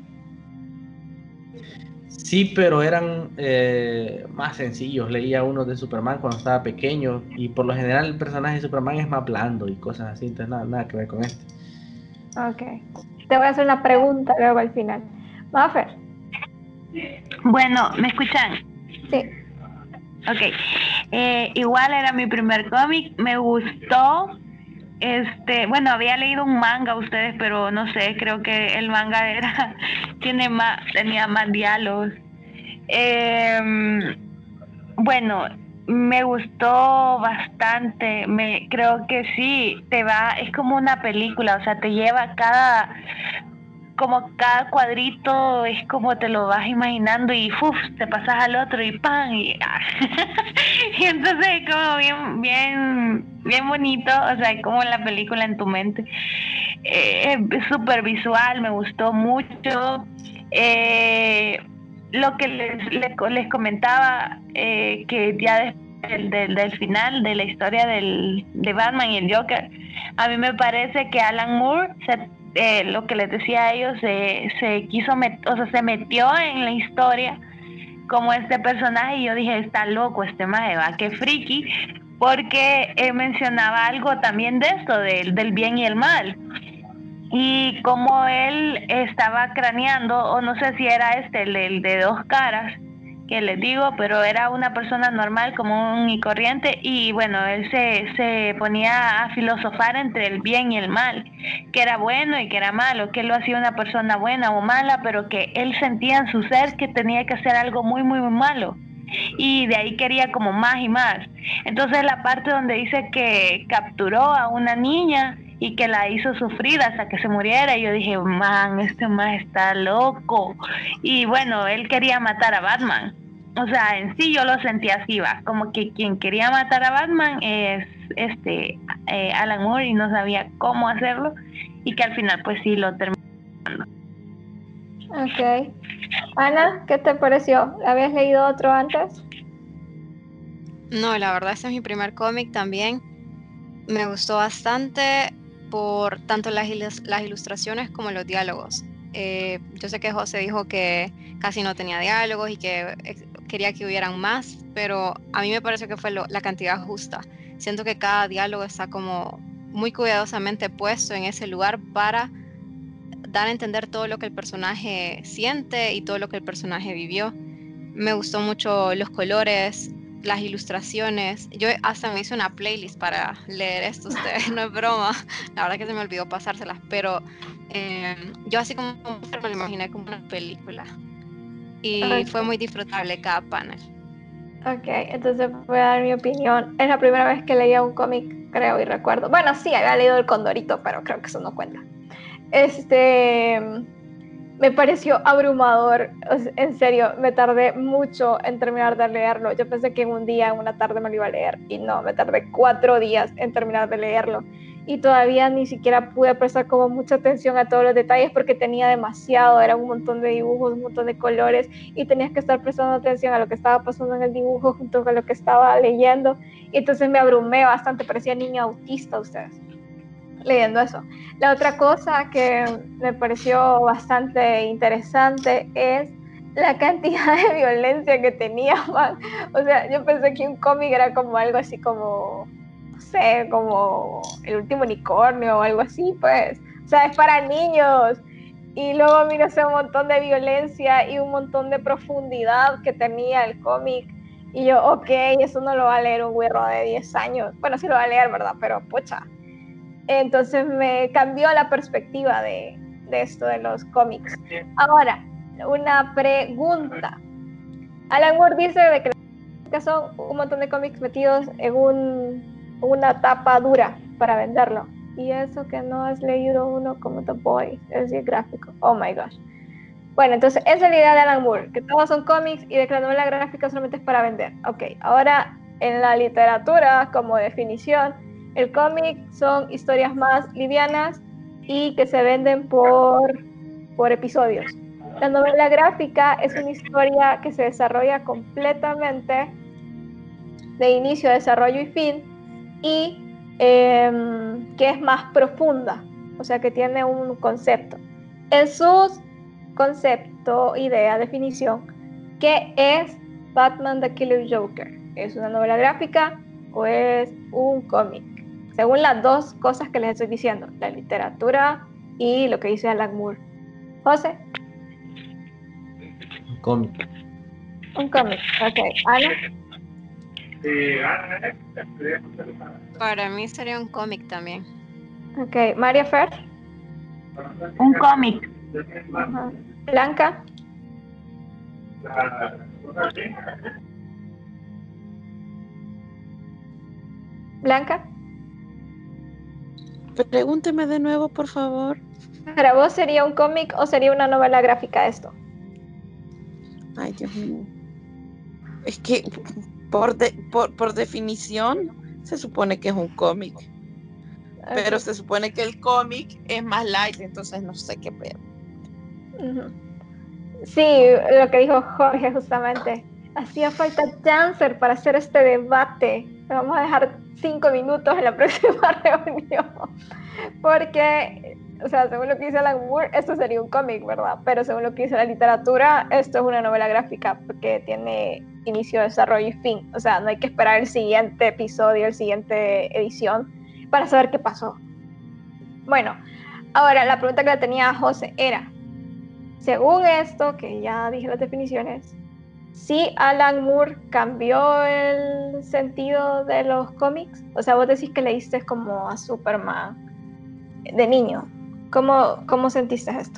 Sí, pero eran más sencillos. Leía uno de Superman cuando estaba pequeño y por lo general el personaje de Superman es más blando y cosas así, entonces nada que ver con este. Ok. Te voy a hacer una pregunta luego al final. Maffer. Bueno, ¿me escuchan? Sí. Ok. Igual era mi primer cómic, me gustó. Bueno, había leído un manga ustedes, pero no sé, creo que el manga tenía más diálogos. Bueno, me gustó bastante, creo que sí, es como una película, o sea, te lleva como cada cuadrito es como te lo vas imaginando y te pasas al otro y ¡pam! Y entonces es como bien bonito, o sea, como la película en tu mente. Es súper visual, me gustó mucho. Lo que les comentaba, que ya del final de la historia de Batman y el Joker, a mí me parece que Alan Moore lo que les decía a ellos, se metió en la historia como este personaje, y yo dije, está loco este maje, va, qué friki, porque mencionaba algo también de esto, del bien y el mal, y como él estaba craneando, o no sé si era el de dos caras, que les digo, pero era una persona normal, común y corriente, y bueno, él se ponía a filosofar entre el bien y el mal, que era bueno y que era malo, que él lo hacía una persona buena o mala, pero que él sentía en su ser que tenía que hacer algo muy, muy, muy malo, y de ahí quería como más y más. Entonces la parte donde dice que capturó a una niña y que la hizo sufrir hasta que se muriera, y yo dije, man, este man está loco. Y bueno, él quería matar a Batman. O sea, en sí yo lo sentía así, va, como que quien quería matar a Batman es Alan Moore, y no sabía cómo hacerlo, y que al final pues sí lo terminó. Ok. Ana, ¿qué te pareció? ¿Habías leído otro antes? No, la verdad, este es mi primer cómic también. Me gustó bastante por tanto las ilustraciones como los diálogos. Yo sé que José dijo que casi no tenía diálogos y que quería que hubieran más, pero a mí me parece que fue la cantidad justa. Siento que cada diálogo está como muy cuidadosamente puesto en ese lugar para dar a entender todo lo que el personaje siente y todo lo que el personaje vivió. Me gustó mucho los colores, las ilustraciones. Yo hasta me hice una playlist para leer esto, ustedes, no es broma. La verdad que se me olvidó pasárselas, pero yo así como me lo imaginé como una película. Y fue muy disfrutable cada panel. Ok, entonces voy a dar mi opinión. Es la primera vez que leía un cómic, creo y recuerdo. Bueno, sí, había leído El Condorito, pero creo que eso no cuenta. Me pareció abrumador, en serio, me tardé mucho en terminar de leerlo. Yo pensé que en un día, en una tarde me lo iba a leer, y no, me tardé 4 días en terminar de leerlo, y todavía ni siquiera pude prestar como mucha atención a todos los detalles porque tenía demasiado, era un montón de dibujos, un montón de colores, y tenías que estar prestando atención a lo que estaba pasando en el dibujo junto con lo que estaba leyendo, y entonces me abrumé bastante, parecía niño autista ustedes leyendo eso. La otra cosa que me pareció bastante interesante es la cantidad de violencia que tenía, man. O sea, yo pensé que un cómic era como algo así como, no sé, como El Último Unicornio o algo así, pues. O sea, es para niños. Y luego mira ese montón de violencia y un montón de profundidad que tenía el cómic. Y yo, ok, eso no lo va a leer un güero de 10 años. Bueno, sí lo va a leer, ¿verdad? Pero, pucha. Entonces me cambió la perspectiva de esto de los cómics. Ahora, una pregunta. Alan Moore dice de que son un montón de cómics metidos en una tapa dura para venderlo. Y eso que no has leído uno como The Boys, es decir, gráfico. Oh my gosh. Bueno, entonces esa es la idea de Alan Moore, que todos son cómics y de que la novela gráfica solamente es para vender. Ok, ahora en la literatura, como definición, el cómic son historias más livianas y que se venden por episodios. La novela gráfica es una historia que se desarrolla completamente de inicio, desarrollo y fin, y que es más profunda, o sea que tiene un concepto. En sus concepto, idea, definición, ¿qué es Batman the Killer Joker? ¿Es una novela gráfica o es un cómic? Según las dos cosas que les estoy diciendo, la literatura y lo que dice Alan Moore. José. Un cómic. Un cómic, ok. Ana. Para mí sería un cómic también. Ok, María Fer. Un cómic. Ajá. Blanca. Blanca. Pregúnteme de nuevo, por favor. ¿Para vos sería un cómic o sería una novela gráfica esto? Ay, Dios mío. Es que por definición se supone que es un cómic. Pero se supone que el cómic es más light, entonces no sé qué pedo. Sí, lo que dijo Jorge justamente. Hacía falta Janser para hacer este debate. Le vamos a dejar 5 minutos en la próxima reunión. Porque, o sea, según lo que dice Alan Moore, esto sería un cómic, ¿verdad? Pero según lo que dice la literatura, esto es una novela gráfica porque tiene inicio, desarrollo y fin. O sea, no hay que esperar el siguiente episodio, el siguiente edición para saber qué pasó. Bueno, ahora la pregunta que le tenía a José era, según esto, que ya dije las definiciones, ¿sí Alan Moore cambió el sentido de los cómics? O sea, vos decís que leíste como a Superman de niño. ¿Cómo sentiste esto?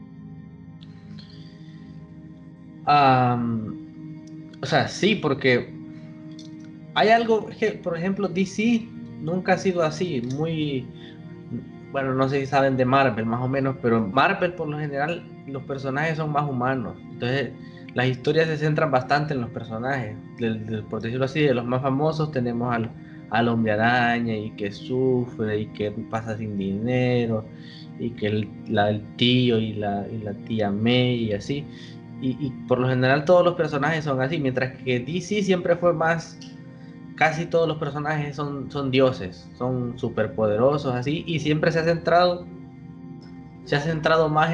O sea, sí, porque hay algo que, por ejemplo, DC nunca ha sido así, muy... Bueno, no sé si saben de Marvel más o menos, pero en Marvel por lo general los personajes son más humanos. Entonces las historias se centran bastante en los personajes. Por decirlo así, de los más famosos tenemos al Hombre Araña y que sufre y que pasa sin dinero y que el tío y la tía May y así. Y por lo general todos los personajes son así, mientras que DC siempre fue más... Casi todos los personajes son dioses, son superpoderosos así, y siempre se ha centrado más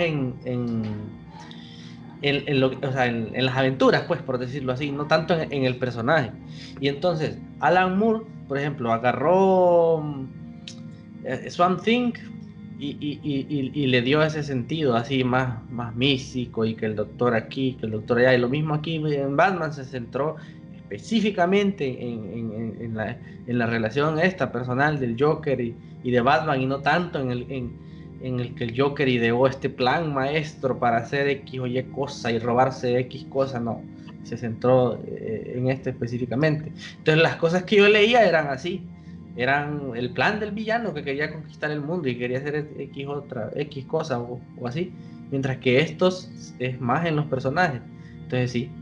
en las aventuras, pues, por decirlo así, no tanto en el personaje. Y entonces, Alan Moore, por ejemplo, agarró Swamp Thing y le dio ese sentido así más místico, y que el doctor aquí, que el doctor allá, y lo mismo aquí en Batman se centró específicamente en la relación esta personal del Joker y de Batman, y no tanto en el que el Joker ideó este plan maestro para hacer X o Y cosa y robarse X cosa. No, se centró en esto específicamente. Entonces las cosas que yo leía eran así, eran el plan del villano que quería conquistar el mundo y quería hacer X cosa o así, mientras que estos es más en los personajes. Entonces sí.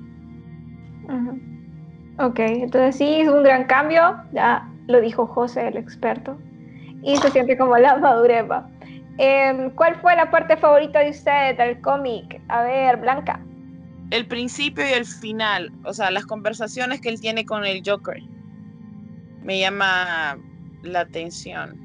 Ok, entonces sí, es un gran cambio, ya lo dijo José, el experto, y se siente como la madurez. ¿Cuál fue la parte favorita de usted del cómic? A ver, Blanca. El principio y el final, o sea, las conversaciones que él tiene con el Joker, me llama la atención.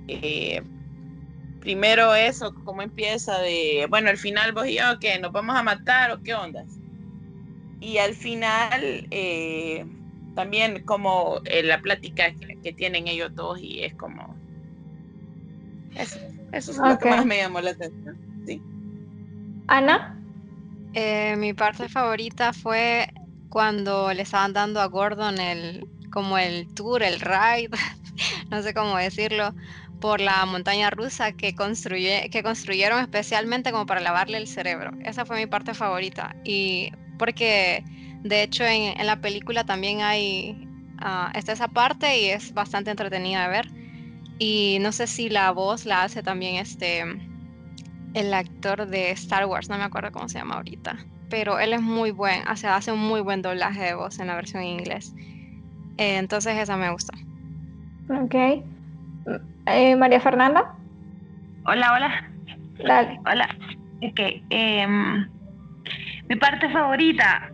Primero eso, cómo empieza de, bueno, al final vos y yo, ¿qué? ¿Nos vamos a matar o qué ondas? Y al final, también como la plática que tienen ellos dos, y es como... Eso es lo que más me llamó la atención. Sí. ¿Ana? Mi parte favorita fue cuando le estaban dando a Gordon como el tour, el ride, no sé cómo decirlo, por la montaña rusa que construyeron especialmente como para lavarle el cerebro. Esa fue mi parte favorita. Y porque de hecho en la película también está esa parte y es bastante entretenida de ver. Y no sé si la voz la hace también el actor de Star Wars, no me acuerdo cómo se llama ahorita, pero él es muy buen, hace un muy buen doblaje de voz en la versión en inglés. Entonces esa me gusta. Ok. María Fernanda. Hola. Dale. Hola. Ok. Mi parte favorita,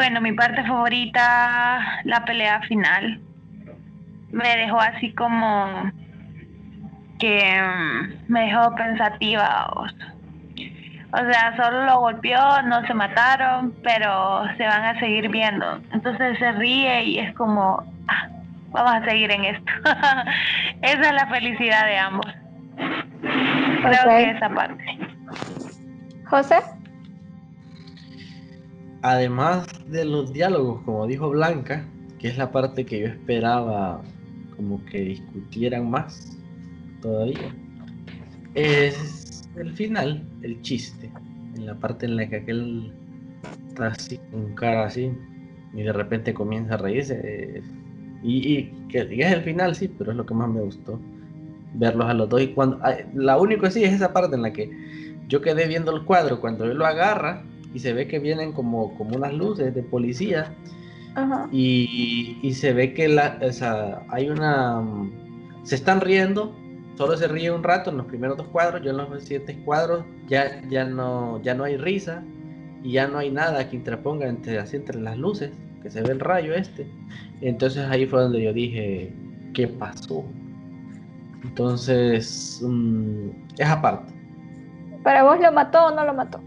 la pelea final. Me dejó así como que me dejó pensativa. O sea, solo lo golpeó, no se mataron, pero se van a seguir viendo. Entonces se ríe y es como, vamos a seguir en esto. Esa es la felicidad de ambos. Creo que esa parte. José. Además de los diálogos, como dijo Blanca, que es la parte que yo esperaba como que discutieran más todavía, es el final, el chiste, en la parte en la que aquel está así con cara así y de repente comienza a reírse, y que es el final, sí, pero es lo que más me gustó, verlos a los dos. Y cuando la única sí es esa parte en la que yo quedé viendo el cuadro cuando él lo agarra y se ve que vienen como unas luces de policía. Ajá. Y se ve que hay una... Se están riendo, solo se ríe un rato en los primeros 2 cuadros, yo en los siguientes cuadros ya no hay risa y ya no hay nada que interponga entre las luces, que se ve el rayo este. Entonces ahí fue donde yo dije, ¿qué pasó? Entonces, esa parte. ¿Para vos lo mató o no lo mató?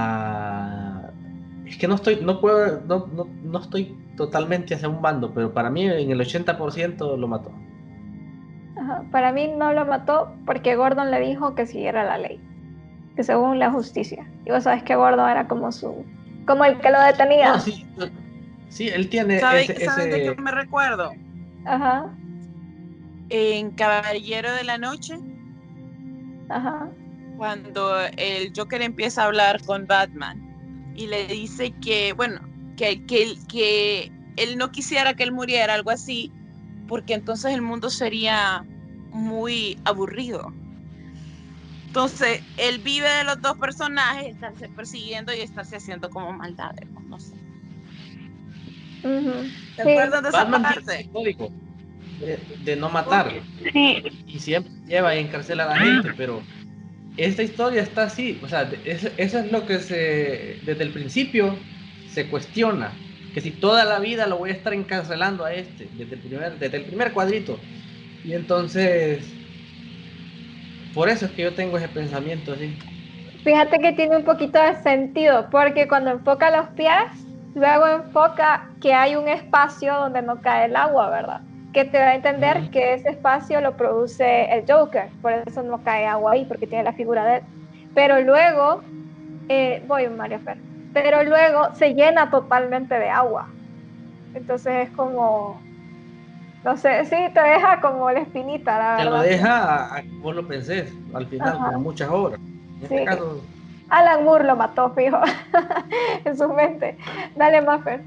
Es que no estoy totalmente hacia un bando, pero para mí en el 80% lo mató. Ajá. Para mí no lo mató porque Gordon le dijo que siguiera la ley, que según la justicia. Y vos sabes que Gordon era como el que lo detenía. No, sí, él tiene ¿Sabes de qué me recuerdo? Ajá. En Caballero de la Noche, Ajá. cuando el Joker empieza a hablar con Batman y le dice que, bueno, que él no quisiera que él muriera, algo así, porque entonces el mundo sería muy aburrido. Entonces, él vive de los dos personajes, estarse persiguiendo y estarse haciendo como maldades, no sé. Uh-huh. ¿Te acuerdas de esa Batman parte? tiene el código de no matar. Sí. Y siempre lleva y encarcela a la gente, pero esta historia está así, o sea, eso es lo que desde el principio se cuestiona, que si toda la vida lo voy a estar encarcelando a desde el primer cuadrito. Y entonces, por eso es que yo tengo ese pensamiento así. Fíjate que tiene un poquito de sentido, porque cuando enfoca los pies, luego enfoca que hay un espacio donde no cae el agua, ¿verdad? Que te da a entender que ese espacio lo produce el Joker, por eso no cae agua ahí, porque tiene la figura de él. Pero luego, Mario Fer, pero luego se llena totalmente de agua. Entonces es como, no sé, sí, te deja como la espinita, la verdad. Te lo deja a que vos lo pensés, al final, como muchas obras. En este caso... Alan Moore lo mató, fijo, en su mente. Dale, Maffer.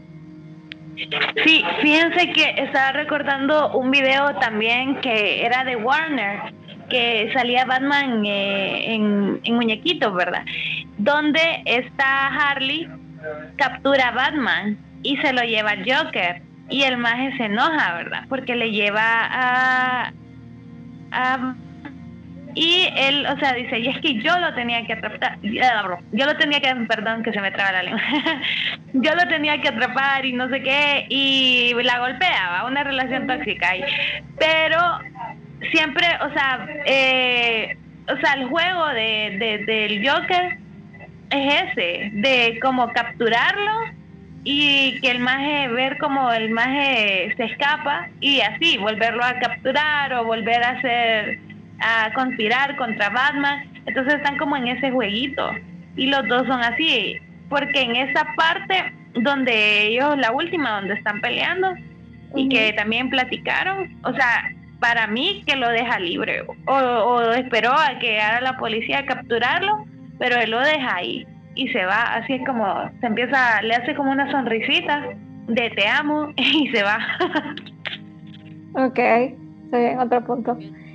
Sí, fíjense que estaba recordando un video también que era de Warner, que salía Batman en muñequitos, ¿verdad? Donde está Harley, captura a Batman y se lo lleva al Joker. Y el maje se enoja, ¿verdad? Porque le lleva y él, o sea, dice, y es que yo lo tenía que atrapar, perdón, que se me traba la lengua, yo lo tenía que atrapar y no sé qué, y la golpeaba, una relación tóxica ahí. Pero siempre, o sea, el juego del Joker es ese, de como capturarlo y que el maje, ver como el maje se escapa y así, volverlo a capturar o volver a conspirar contra Batman. Entonces están como en ese jueguito y los dos son así, porque en esa parte donde ellos, la última donde están peleando y que también platicaron, o sea, para mí que lo deja libre o esperó a que llegara la policía a capturarlo, pero él lo deja ahí y se va, así es como se empieza, le hace como una sonrisita de te amo y se va. Ok, estoy en otro punto.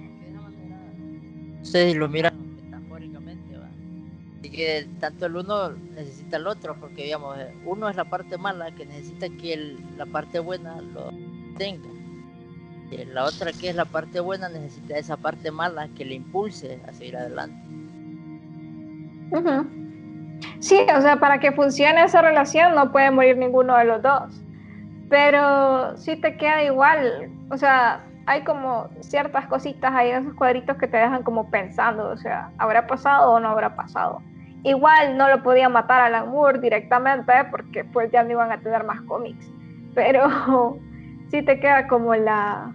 Ustedes lo miran metafóricamente, ¿va? Y que tanto el uno necesita el otro, porque digamos, uno es la parte mala que necesita que la parte buena lo tenga. Y la otra que es la parte buena necesita esa parte mala que le impulse a seguir adelante. Uh-huh. Sí, o sea, para que funcione esa relación no puede morir ninguno de los dos. Pero sí te queda igual, o sea, hay como ciertas cositas ahí en esos cuadritos que te dejan como pensando, o sea, ¿habrá pasado o no habrá pasado? Igual no lo podía matar a Alan Moore directamente porque pues ya no iban a tener más cómics, pero sí te queda como la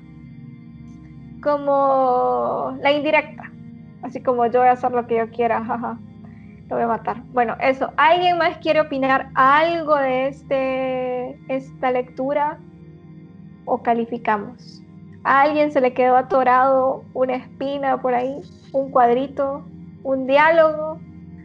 indirecta, así como yo voy a hacer lo que yo quiera, jaja, lo voy a matar. Bueno, eso. ¿Alguien más quiere opinar algo de esta lectura? o calificamos? ¿A alguien se le quedó atorado una espina por ahí? ¿Un cuadrito? ¿Un diálogo?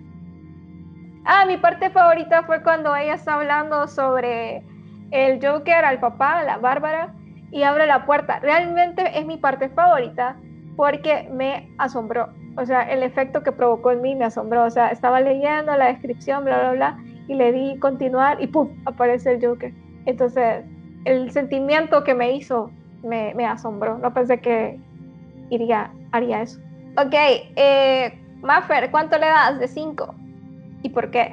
Mi parte favorita fue cuando ella está hablando sobre el Joker al papá, a la Bárbara, y abre la puerta. Realmente es mi parte favorita porque me asombró. O sea, el efecto que provocó en mí me asombró. O sea, estaba leyendo la descripción, bla, bla, bla, y le di continuar y ¡pum! Aparece el Joker. Entonces, el sentimiento que me hizo me asombró. No pensé que haría eso. Ok, Maffer, ¿cuánto le das de 5? ¿Y por qué?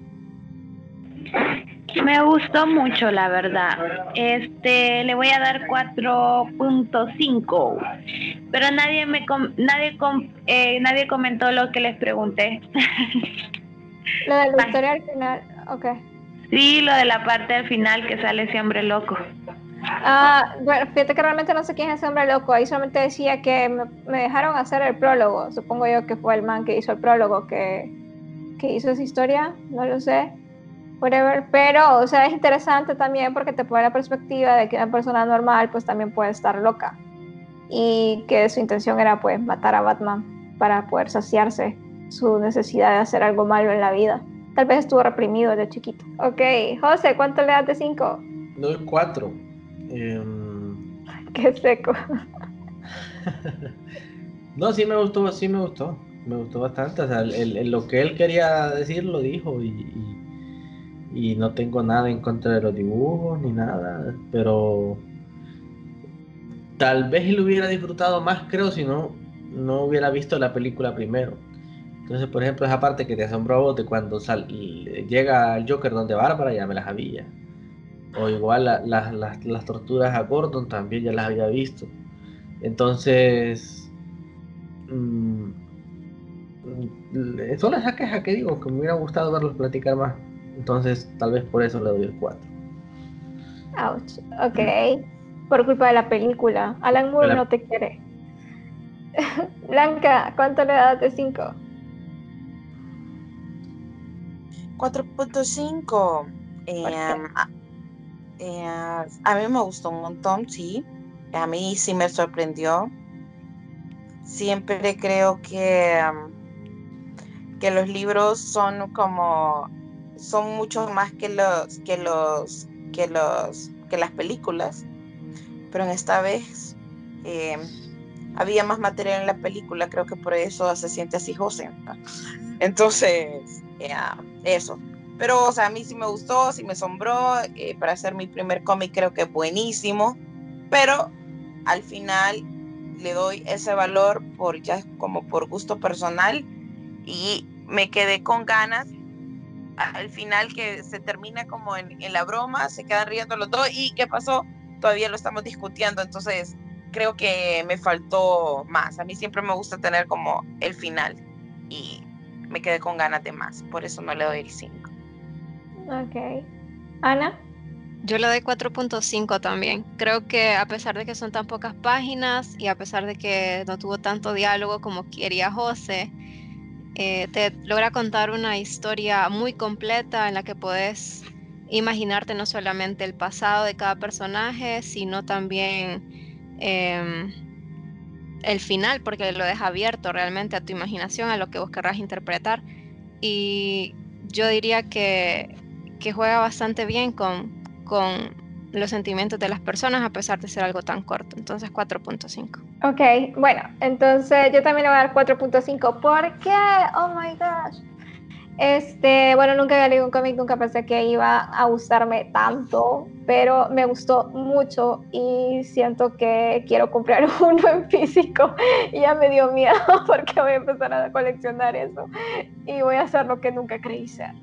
Me gustó mucho, la verdad. Le voy a dar 4.5. Pero nadie comentó lo que les pregunté. Lo de la historia al final, ok. Sí, lo de la parte al final que sale ese hombre loco. Bueno, fíjate que realmente no sé quién es ese hombre loco. Ahí solamente decía que me dejaron hacer el prólogo. Supongo yo que fue el man que hizo el prólogo que hizo esa historia. No lo sé. Whatever. Pero, o sea, es interesante también porque te pone la perspectiva de que una persona normal pues también puede estar loca. Y que su intención era pues matar a Batman para poder saciarse su necesidad de hacer algo malo en la vida. Tal vez estuvo reprimido desde chiquito. Ok, José, ¿cuánto le das de 5? Le doy 4. Qué seco. No, sí me gustó. Me gustó bastante. O sea, lo que él quería decir lo dijo y no tengo nada en contra de los dibujos ni nada, pero tal vez lo hubiera disfrutado más, creo, si no hubiera visto la película primero. Entonces, por ejemplo, esa parte que te asombró a vos de cuando llega el Joker donde Bárbara, ya me las había. O igual las torturas a Gordon también ya las había visto. Entonces, son esas quejas que digo, que me hubiera gustado verlos platicar más. Entonces, tal vez por eso le doy el 4. Ouch. Ok. Por culpa de la película. Alan Moore no te quiere. Blanca, ¿cuánto le das de 5? 4.5. A mí me gustó un montón, sí. A mí sí me sorprendió. Siempre creo que los libros son mucho más que las películas, pero en esta vez había más material en la película, creo que por eso se siente así José, ¿no? Entonces eso, pero o sea, a mí sí me gustó, sí me asombró, para hacer mi primer cómic creo que es buenísimo, pero al final le doy ese valor como por gusto personal, y me quedé con ganas al final, que se termina como en la broma, se quedan riendo los dos, y ¿qué pasó? Todavía lo estamos discutiendo, entonces creo que me faltó más. A mí siempre me gusta tener como el final, y me quedé con ganas de más, por eso no le doy el 5. Ok. Ana. Yo le doy 4.5 también. Creo que a pesar de que son tan pocas páginas y a pesar de que no tuvo tanto diálogo como quería José, te logra contar una historia muy completa en la que puedes imaginarte no solamente el pasado de cada personaje, sino también el final, porque lo deja abierto realmente a tu imaginación, a lo que vos querrás interpretar. Y yo diría que juega bastante bien con los sentimientos de las personas a pesar de ser algo tan corto. Entonces 4.5. Ok, bueno, entonces yo también le voy a dar 4.5. ¿Por qué? Oh my gosh. Bueno, nunca había leído un cómic, nunca pensé que iba a gustarme tanto, pero me gustó mucho y siento que quiero comprar uno en físico, y ya me dio miedo porque voy a empezar a coleccionar eso y voy a hacer lo que nunca creí ser.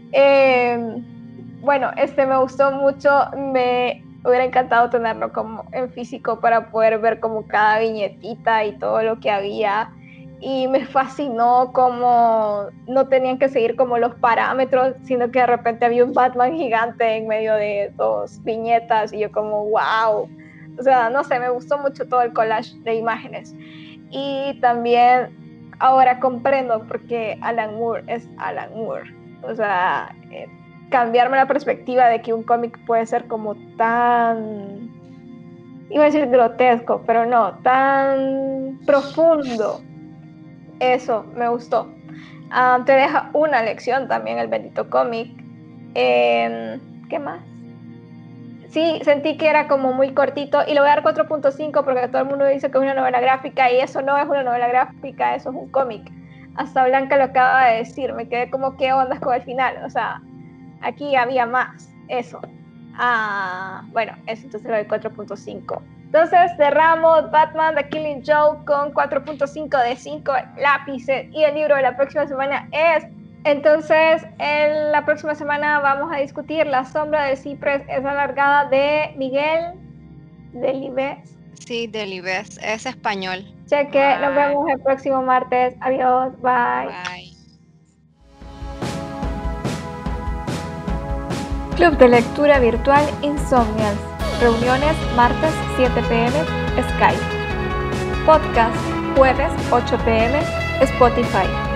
Bueno, me gustó mucho, me hubiera encantado tenerlo como en físico para poder ver como cada viñetita y todo lo que había. Y me fascinó cómo no tenían que seguir como los parámetros, sino que de repente había un Batman gigante en medio de dos viñetas, y yo como wow. O sea, no sé, me gustó mucho todo el collage de imágenes. Y también ahora comprendo por qué Alan Moore es Alan Moore. O sea, cambiarme la perspectiva de que un cómic puede ser como tan iba a decir grotesco, pero no, tan profundo. Eso, me gustó. Te deja una lección también el bendito cómic. ¿Qué más? Sí, sentí que era como muy cortito y le voy a dar 4.5 porque todo el mundo dice que es una novela gráfica y eso no es una novela gráfica, eso es un cómic. Hasta Blanca lo acaba de decir, me quedé como qué ondas con el final, o sea, aquí había más, eso. Bueno, eso entonces le doy 4.5. Entonces cerramos Batman The Killing Joke con 4.5 de 5 lápices y el libro de la próxima semana es... Entonces, la próxima semana vamos a discutir La sombra del ciprés es alargada de Miguel Delibes. Sí, Delibes, es español. Cheque, Bye. Nos vemos el próximo martes. Adiós, bye. Bye. Club de lectura virtual Insomnials. Reuniones martes 7 p.m. Skype. Podcast jueves 8 p.m. Spotify.